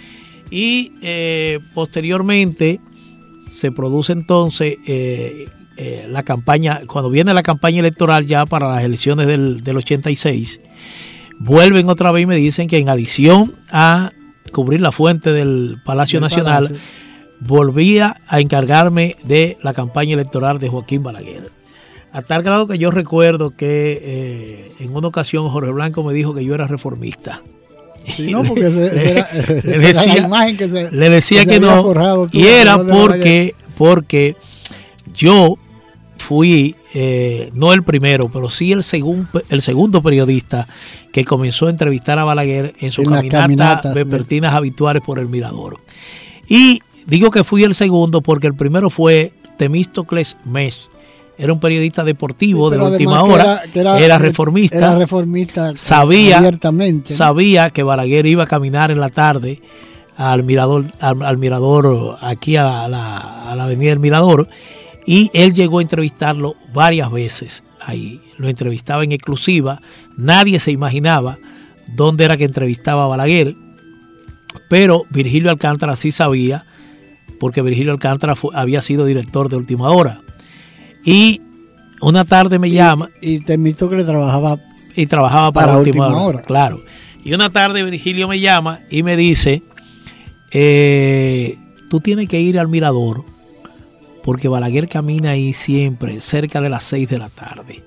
Y posteriormente se produce entonces la campaña, cuando viene la campaña electoral ya para las elecciones del 86, vuelven otra vez y me dicen que en adición a cubrir la fuente del Palacio Nacional, volvía a encargarme de la campaña electoral de Joaquín Balaguer. A tal grado que yo recuerdo que en una ocasión Jorge Blanco me dijo que yo era reformista. Sí, no, porque le decía la imagen que que no, y era porque yo fui no el primero, pero sí el segundo periodista que comenzó a entrevistar a Balaguer en sus caminatas vespertinas habituales por el Mirador. Y digo que fui el segundo porque el primero fue Temístocles Mesch. Era un periodista deportivo de última hora, era reformista. Era reformista abiertamente. Sabía que Balaguer iba a caminar en la tarde al Mirador aquí a la avenida del Mirador, y él llegó a entrevistarlo varias veces ahí. Lo entrevistaba en exclusiva, nadie se imaginaba dónde era que entrevistaba a Balaguer, pero Virgilio Alcántara sí sabía, porque Virgilio Alcántara había sido director de Última Hora. Y una tarde me llama. Y Temístocles trabajaba para Última Hora. Claro. Y una tarde Virgilio me llama y me dice, tú tienes que ir al Mirador, porque Balaguer camina ahí siempre cerca de las 6 de la tarde.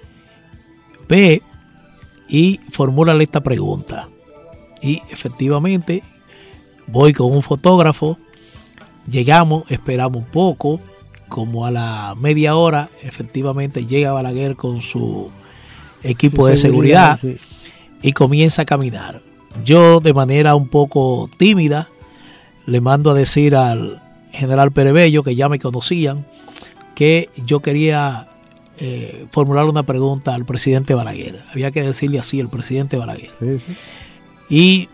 Ve y formúlale esta pregunta. Y efectivamente voy con un fotógrafo, llegamos, esperamos un poco. Como a la media hora, efectivamente llega Balaguer con su equipo de seguridad, sí, y comienza a caminar. Yo, de manera un poco tímida, le mando a decir al general Pérez Bello, que ya me conocían, que yo quería formular una pregunta al presidente Balaguer. Había que decirle así, el presidente Balaguer. Sí, sí. Y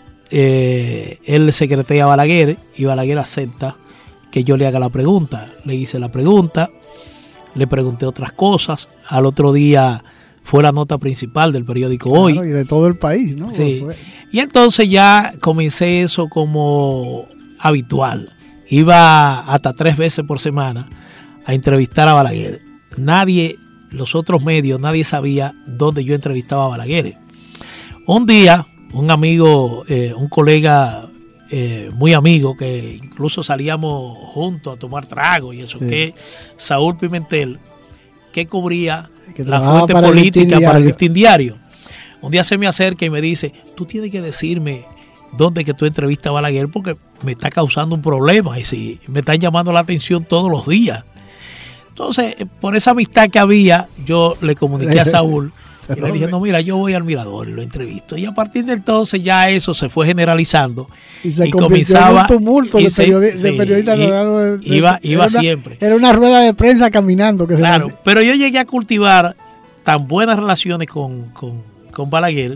él le secretea a Balaguer, y Balaguer acepta que yo le haga la pregunta. Le hice la pregunta, le pregunté otras cosas. Al otro día fue la nota principal del periódico Hoy. Y de todo el país, ¿no? Sí. Y entonces ya comencé eso como habitual. Iba hasta 3 veces por semana a entrevistar a Balaguer. Nadie, los otros medios, nadie sabía dónde yo entrevistaba a Balaguer. Un día, un amigo, un colega muy amigo, que incluso salíamos juntos a tomar trago y eso, sí, que Saúl Pimentel, que cubría la fuente política para el Listín Diario. Un día se me acerca y me dice, tú tienes que decirme dónde que tú entrevistas a Balaguer, porque me está causando un problema y si me están llamando la atención todos los días. Entonces, por esa amistad que había, yo le comuniqué a Saúl y le dije, no, mira, yo voy al Mirador y lo entrevisto. Y a partir de entonces ya eso se fue generalizando. Y se comenzaba en un tumulto de periodistas. Iba siempre. Era una rueda de prensa caminando. Claro, pero yo llegué a cultivar tan buenas relaciones con Balaguer,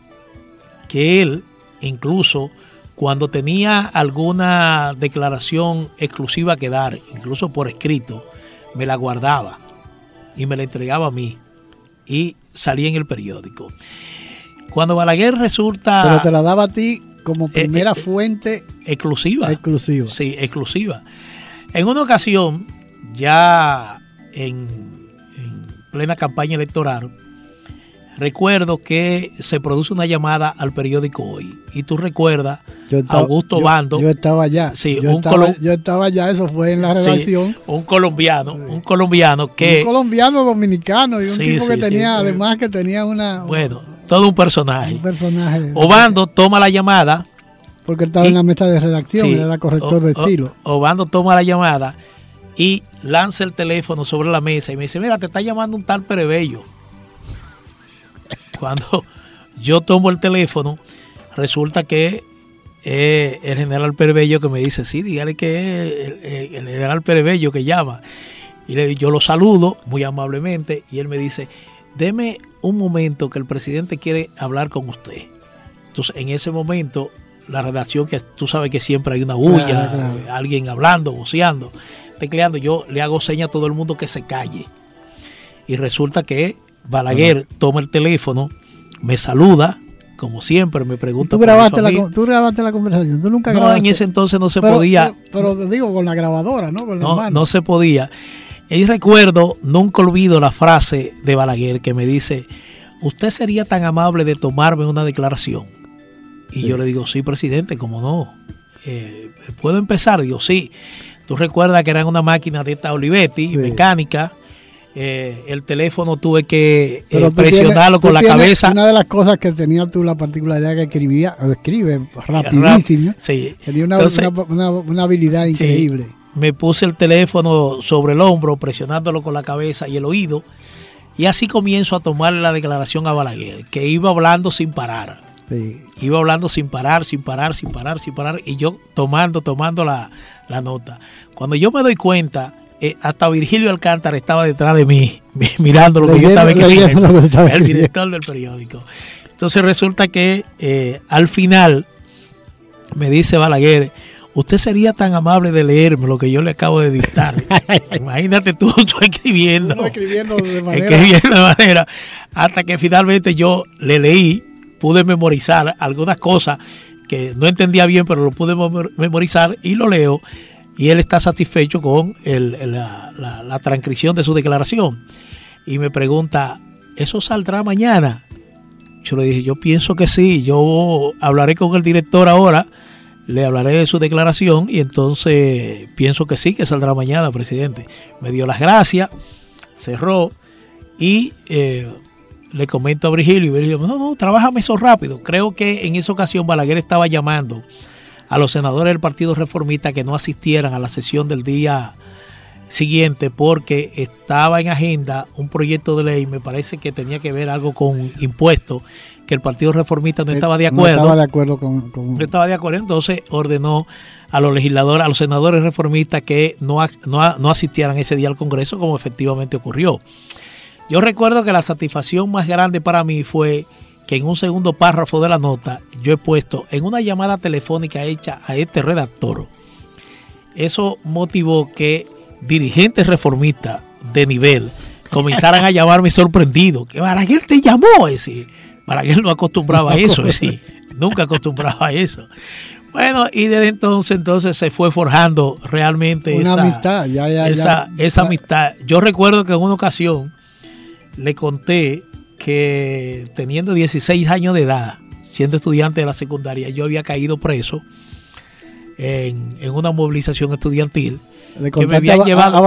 que él, incluso cuando tenía alguna declaración exclusiva que dar, incluso por escrito, me la guardaba y me la entregaba a mí. Y salía en el periódico. Cuando Balaguer resulta... Pero te la daba a ti como primera fuente... Exclusiva. Exclusiva. Sí, exclusiva. En una ocasión, ya en plena campaña electoral, recuerdo que se produce una llamada al periódico Hoy. Y tú recuerdas, Augusto Bando. Yo estaba allá. Sí, yo estaba allá, eso fue en la redacción. Sí, un colombiano que... Un colombiano dominicano y un tipo que tenía, además que tenía una... Bueno, todo un personaje. Un personaje. Obando toma la llamada. Porque él estaba en la mesa de redacción, sí, era corrector de estilo. Obando toma la llamada y lanza el teléfono sobre la mesa y me dice, mira, te está llamando un tal Pérez Bello. Cuando yo tomo el teléfono, resulta que el general Pérez Bello, que me dice, sí, dígale que es el general Pérez Bello que llama. Y yo lo saludo muy amablemente y él me dice, deme un momento que el presidente quiere hablar con usted. Entonces, en ese momento, la redacción, que tú sabes que siempre hay una bulla, claro. Alguien hablando, voceando, tecleando, yo le hago seña a todo el mundo que se calle. Y resulta que Balaguer toma el teléfono, me saluda como siempre, me pregunta. ¿Tú grabaste la conversación? ¿Tú nunca grabaste? No, en ese entonces no se podía. Pero te digo, con la grabadora, ¿no? No se podía. Y recuerdo, nunca olvido la frase de Balaguer que me dice: ¿usted sería tan amable de tomarme una declaración? Y yo le digo: sí, presidente, ¿cómo no? ¿Puedo empezar? Digo: sí. Tú recuerdas que eran una máquina de esta Olivetti, mecánica. El teléfono tuve que presionarlo con la cabeza. Una de las cosas que tenía tú la particularidad que escribe rapidísimo. Sí. Tenía una habilidad increíble. Me puse el teléfono sobre el hombro, presionándolo con la cabeza y el oído. Y así comienzo a tomarle la declaración a Balaguer, que iba hablando sin parar. Sí. Iba hablando sin parar. Y yo tomando la nota. Cuando yo me doy cuenta, hasta Virgilio Alcántara estaba detrás de mí, mirando lo que yo estaba escribiendo, el director del periódico. Entonces resulta que al final me dice Balaguer: usted sería tan amable de leerme lo que yo le acabo de dictar. Imagínate tú escribiendo de manera, hasta que finalmente yo le leí, pude memorizar algunas cosas que no entendía bien, pero lo pude memorizar y lo leo. Y él está satisfecho con la transcripción de su declaración. Y me pregunta: ¿eso saldrá mañana? Yo le dije: yo pienso que sí. Yo hablaré con el director ahora, le hablaré de su declaración y entonces pienso que sí, que saldrá mañana, presidente. Me dio las gracias, cerró y le comento a Virgilio. Y Virgilio: no, trabájame eso rápido. Creo que en esa ocasión Balaguer estaba llamando a los senadores del Partido Reformista que no asistieran a la sesión del día siguiente porque estaba en agenda un proyecto de ley, me parece que tenía que ver algo con impuestos, que el Partido Reformista no estaba de acuerdo. No estaba de acuerdo No estaba de acuerdo, entonces ordenó a los legisladores, a los senadores reformistas que no asistieran ese día al Congreso, como efectivamente ocurrió. Yo recuerdo que la satisfacción más grande para mí fue que en un segundo párrafo de la nota yo he puesto: en una llamada telefónica hecha a este redactor. Eso motivó que dirigentes reformistas de nivel comenzaran a llamarme sorprendido. Que Balaguer te llamó. Es decir, Balaguer no acostumbraba a eso. Es decir, nunca acostumbraba a eso. Bueno, y desde entonces se fue forjando realmente una amistad. Esa amistad. Yo recuerdo que en una ocasión le conté que teniendo 16 años de edad, siendo estudiante de la secundaria, yo había caído preso en una movilización estudiantil que me habían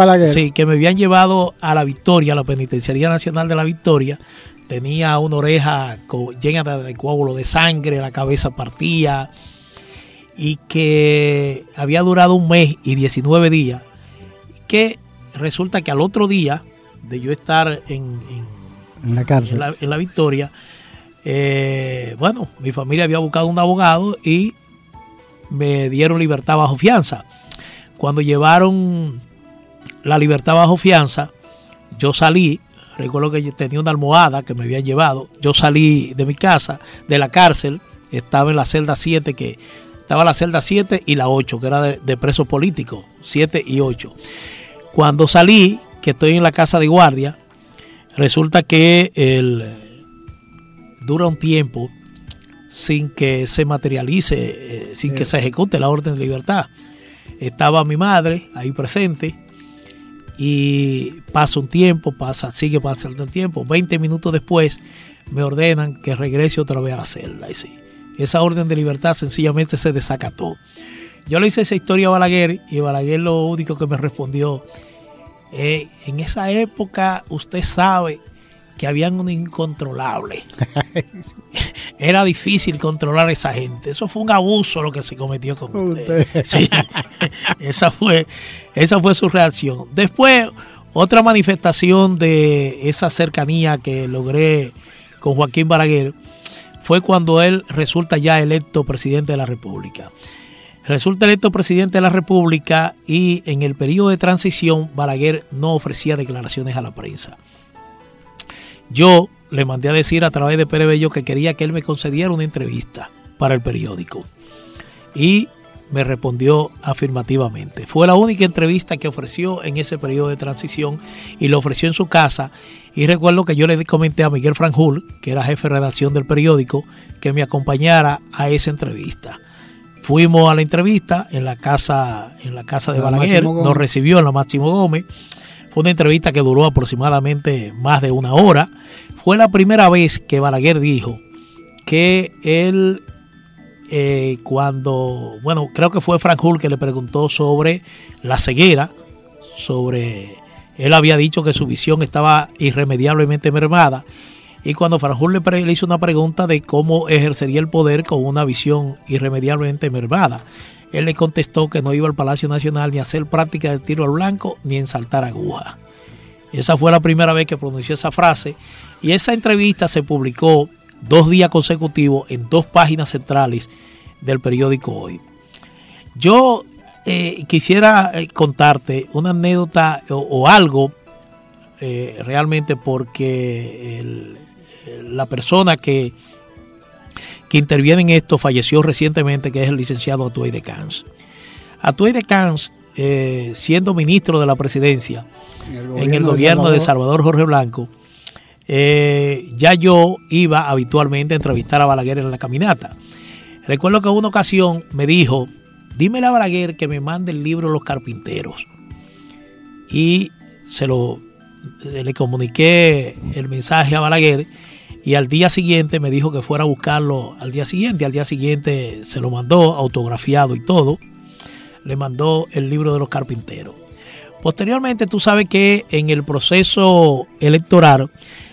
llevado a La Victoria, a la Penitenciaría Nacional de La Victoria. Tenía una oreja llena de coágulos de sangre, la cabeza partida, y que había durado 1 mes y 19 días, que resulta que al otro día de yo estar en la cárcel, en la Victoria, mi familia había buscado un abogado y me dieron libertad bajo fianza. Cuando llevaron la libertad bajo fianza, yo salí. Recuerdo que yo tenía una almohada que me habían llevado. Yo salí de mi casa, de la cárcel, estaba en la celda 7, que estaba la celda 7 y la 8, que era de presos políticos, 7 y 8. Cuando salí, que estoy en la casa de guardia, resulta que dura un tiempo sin que se materialice, sin que se ejecute la orden de libertad. Estaba mi madre ahí presente y pasa un tiempo, sigue pasando el tiempo. 20 minutos después me ordenan que regrese otra vez a la celda. Y sí, esa orden de libertad sencillamente se desacató. Yo le hice esa historia a Balaguer y Balaguer lo único que me respondió: en esa época usted sabe que habían un incontrolable. Era difícil controlar a esa gente. Eso fue un abuso lo que se cometió con usted. Sí. Esa fue su reacción. Después, otra manifestación de esa cercanía que logré con Joaquín Balaguer fue cuando él resulta ya electo presidente de la República. Resulta electo presidente de la República y en el periodo de transición Balaguer no ofrecía declaraciones a la prensa. Yo le mandé a decir a través de Pérez Bello que quería que él me concediera una entrevista para el periódico. Y me respondió afirmativamente. Fue la única entrevista que ofreció en ese periodo de transición y lo ofreció en su casa. Y recuerdo que yo le comenté a Miguel Franjul, que era jefe de redacción del periódico, que me acompañara a esa entrevista. Fuimos a la entrevista en la casa de Balaguer, nos recibió en la Máximo Gómez. Fue una entrevista que duró aproximadamente más de una hora. Fue la primera vez que Balaguer dijo que él, creo que fue Franjul que le preguntó sobre la ceguera, él había dicho que su visión estaba irremediablemente mermada, y cuando Franjul le hizo una pregunta de cómo ejercería el poder con una visión irremediablemente mermada, él le contestó que no iba al Palacio Nacional ni a hacer práctica de tiro al blanco ni en saltar aguja. Esa fue la primera vez que pronunció esa frase, y esa entrevista se publicó 2 días consecutivos en 2 páginas centrales del periódico Hoy. Yo quisiera contarte una anécdota o algo realmente, porque la persona que interviene en esto falleció recientemente, que es el licenciado Atuey de Camps. Atuey de Camps, siendo ministro de la presidencia en el gobierno de Salvador Jorge Blanco, ya yo iba habitualmente a entrevistar a Balaguer en la caminata. Recuerdo que en una ocasión me dijo: dímele a Balaguer que me mande el libro Los Carpinteros. Y le comuniqué el mensaje a Balaguer, y al día siguiente me dijo que fuera a buscarlo al día siguiente se lo mandó autografiado y todo, le mandó el libro de Los Carpinteros. Posteriormente, tú sabes que en el proceso electoral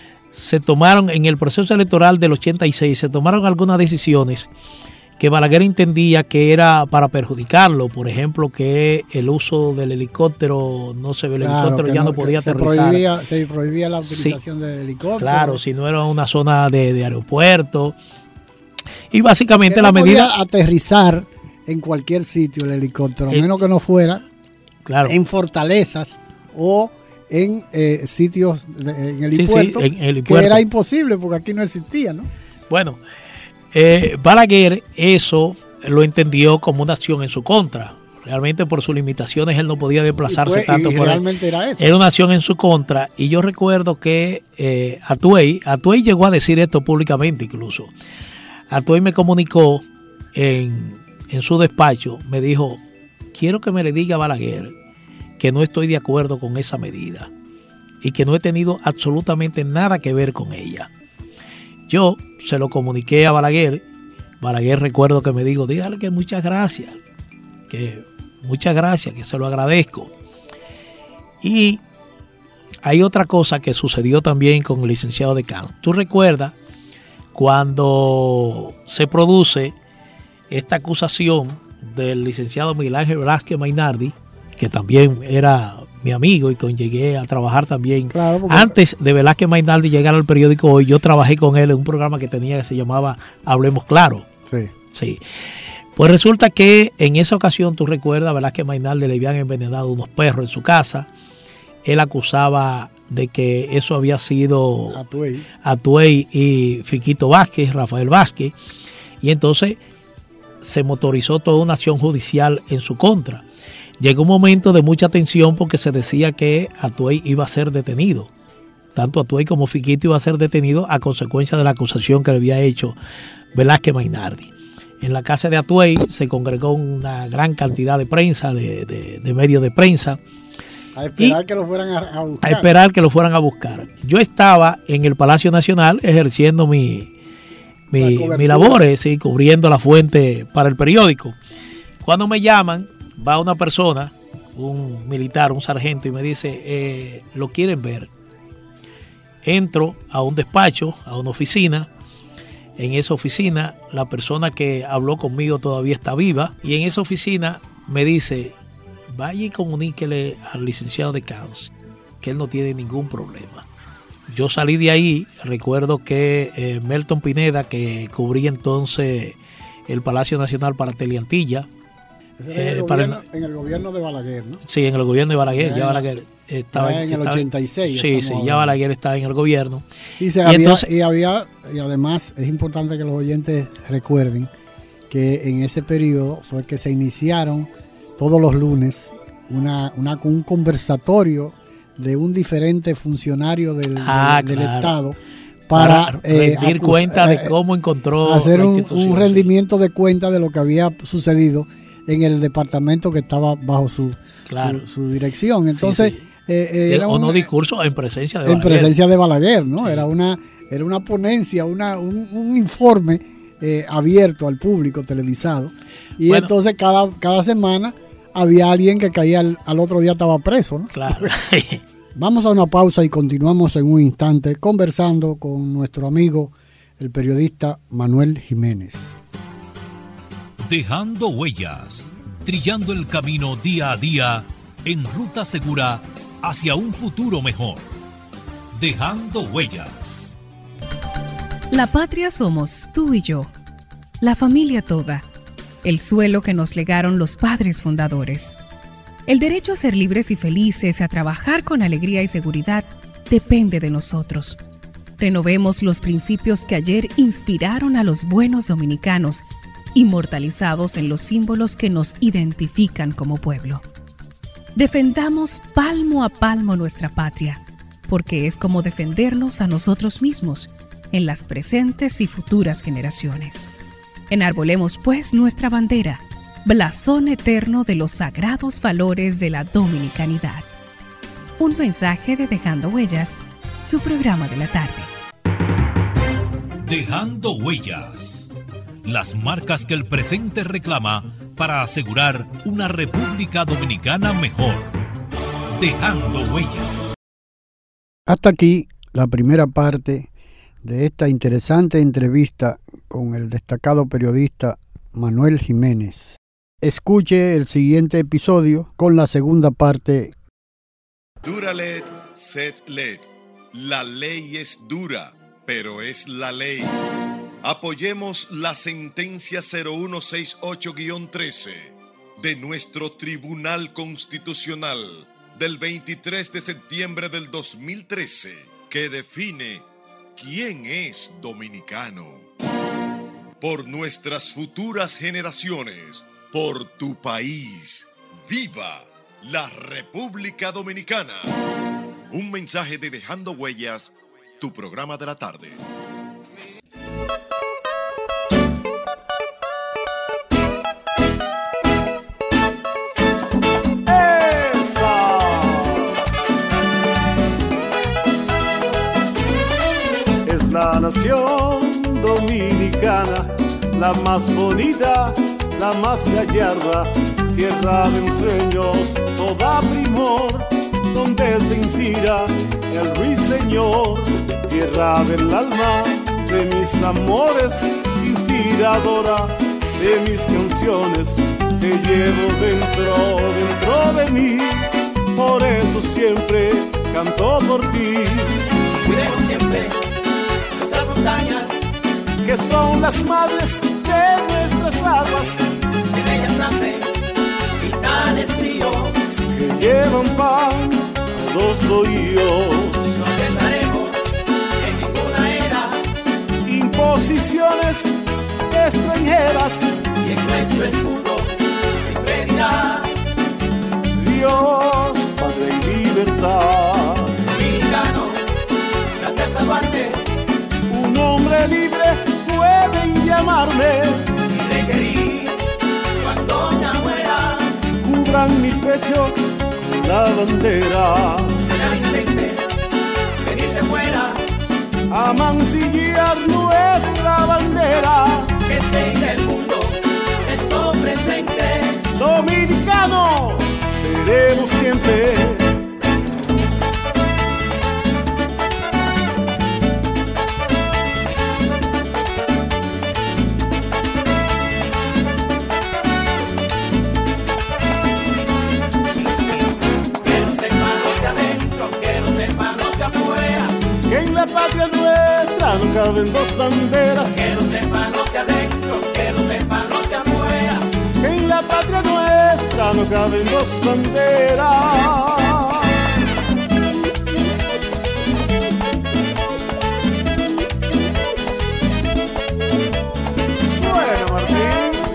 del 86 se tomaron algunas decisiones que Balaguer entendía que era para perjudicarlo. Por ejemplo, que el uso del helicóptero, helicóptero ya no podía aterrizar. Se prohibía la utilización del helicóptero. Claro, si no era una zona de aeropuerto. Y básicamente la medida... podía aterrizar en cualquier sitio el helicóptero, a menos que no fuera en fortalezas o en sitios en helipuertos, que era imposible porque aquí no existía, ¿no? Bueno, Balaguer eso lo entendió como una acción en su contra. Realmente por sus limitaciones él no podía desplazarse tanto por ahí. Era una acción en su contra. Y yo recuerdo que Atuey llegó a decir esto públicamente incluso. Atuey me comunicó en su despacho, me dijo: quiero que me le diga a Balaguer que no estoy de acuerdo con esa medida y que no he tenido absolutamente nada que ver con ella. Yo se lo comuniqué a Balaguer. Balaguer, recuerdo que me dijo: dígale que muchas gracias, que se lo agradezco. Y hay otra cosa que sucedió también con el licenciado de Camps. ¿Tú recuerdas cuando se produce esta acusación del licenciado Miguel Ángel Velázquez Mainardi, que también era mi amigo y con llegué a trabajar también? Claro, antes de Velázquez Mainardi llegar al periódico Hoy, yo trabajé con él en un programa que tenía que se llamaba Hablemos Claro. Sí. Pues resulta que en esa ocasión, tú recuerdas, Velázquez Mainardi le habían envenenado unos perros en su casa. Él acusaba de que eso había sido Atuey y Fiquito Vázquez, Rafael Vázquez, y entonces se motorizó toda una acción judicial en su contra. Llegó un momento de mucha tensión porque se decía que Atuey iba a ser detenido. Tanto Atuey como Fiquito iba a ser detenido a consecuencia de la acusación que le había hecho Velázquez Mainardi. En la casa de Atuey se congregó una gran cantidad de prensa, de medios de prensa. A esperar que lo fueran a buscar. A esperar que lo fueran a buscar. Yo estaba en el Palacio Nacional ejerciendo mi labores, sí, cubriendo la fuente para el periódico. Cuando me llaman, va una persona, un militar, un sargento, y me dice: lo quieren ver. Entro a un despacho, a una oficina. En esa oficina, la persona que habló conmigo todavía está viva. Y en esa oficina me dice: vaya y comuníquele al licenciado de Camps que él no tiene ningún problema. Yo salí de ahí. Recuerdo que Melton Pineda, que cubría entonces el Palacio Nacional para Teleantilla, en el gobierno de Balaguer, ¿no? Sí, en el gobierno de Balaguer. Ya Balaguer estaba en el 86. Sí, ya Balaguer estaba en el gobierno. Y además es importante que los oyentes recuerden que en ese periodo fue que se iniciaron todos los lunes un conversatorio de un diferente funcionario del Estado para rendir cuenta de cómo encontró hacer un rendimiento de cuenta de lo que había sucedido en el departamento que estaba bajo su dirección. Entonces, era un discurso en presencia de Balaguer. En presencia de Balaguer, ¿no? Sí. Era una ponencia, un informe abierto al público, televisado. Y bueno, entonces cada semana había alguien que caía al otro día estaba preso, ¿no? Claro. Vamos a una pausa y continuamos en un instante conversando con nuestro amigo, el periodista Manuel Jiménez. Dejando huellas, trillando el camino día a día en ruta segura hacia un futuro mejor. Dejando huellas. La patria somos tú y yo, la familia toda, el suelo que nos legaron los padres fundadores. El derecho a ser libres y felices, a trabajar con alegría y seguridad, depende de nosotros. Renovemos los principios que ayer inspiraron a los buenos dominicanos, inmortalizados en los símbolos que nos identifican como pueblo. Defendamos palmo a palmo nuestra patria, porque es como defendernos a nosotros mismos, en las presentes y futuras generaciones. Enarbolemos pues nuestra bandera, blasón eterno de los sagrados valores de la dominicanidad. Un mensaje de Dejando Huellas, su programa de la tarde. Dejando Huellas. Las marcas que el presente reclama para asegurar una República Dominicana mejor. Dejando Huellas. Hasta aquí la primera parte de esta interesante entrevista con el destacado periodista Manuel Jiménez. Escuche el siguiente episodio con la segunda parte. Duralet, set let. La ley es dura, pero es la ley. Apoyemos la sentencia 0168-13 de nuestro Tribunal Constitucional del 23 de septiembre del 2013 que define quién es dominicano. Por nuestras futuras generaciones, por tu país, ¡viva la República Dominicana! Un mensaje de Dejando Huellas, tu programa de la tarde. Es la nación dominicana, la más bonita, la más gallarda, tierra de ensueños, toda primor, donde se inspira el ruiseñor, tierra del alma, de mis amores, inspiradora de mis canciones, que llevo dentro de mí, por eso siempre canto por ti. Cuidemos siempre nuestras montañas, que son las madres de nuestras aguas, en ellas nacen vitales fríos, que llevan pan a los bohíos. No aceptaremos en ninguna era imposiciones extranjeras, y en nuestro escudo siempre dirá Dios, Padre y libertad. Dominicano, gracias a Duarte, un hombre libre pueden llamarme y requerir cuando ya muera. Cubran mi pecho con la bandera, que nadie intente venir de fuera a mancillar nuestra bandera, que tenga el mundo esto presente. Dominicano seremos siempre. Que en la patria nuestra no caben dos banderas. Que lo sepan los de adentro, que lo sepan los de afuera. Que en la patria nuestra no caben dos banderas. Suena, Martín.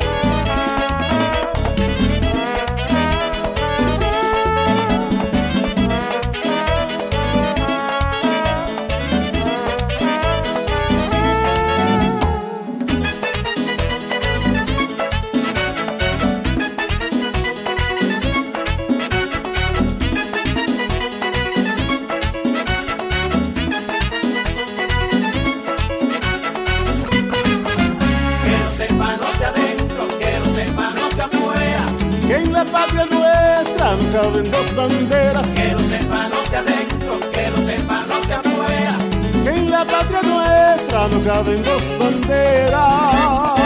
la patria nuestra no caben dos banderas. Que lo sepan los de adentro, que lo sepan los de afuera. Que en la patria nuestra no caben dos banderas.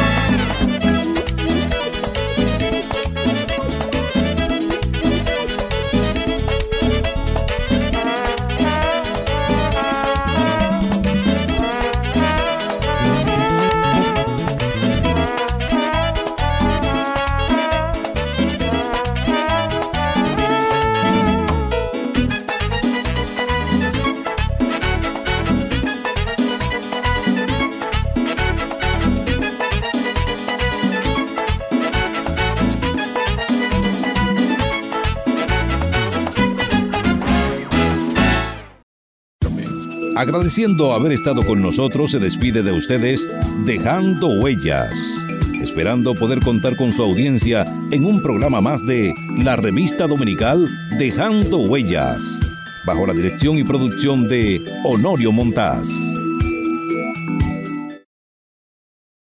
Agradeciendo haber estado con nosotros, se despide de ustedes Dejando Huellas, esperando poder contar con su audiencia en un programa más de la revista dominical Dejando Huellas, bajo la dirección y producción de Honorio Montaz.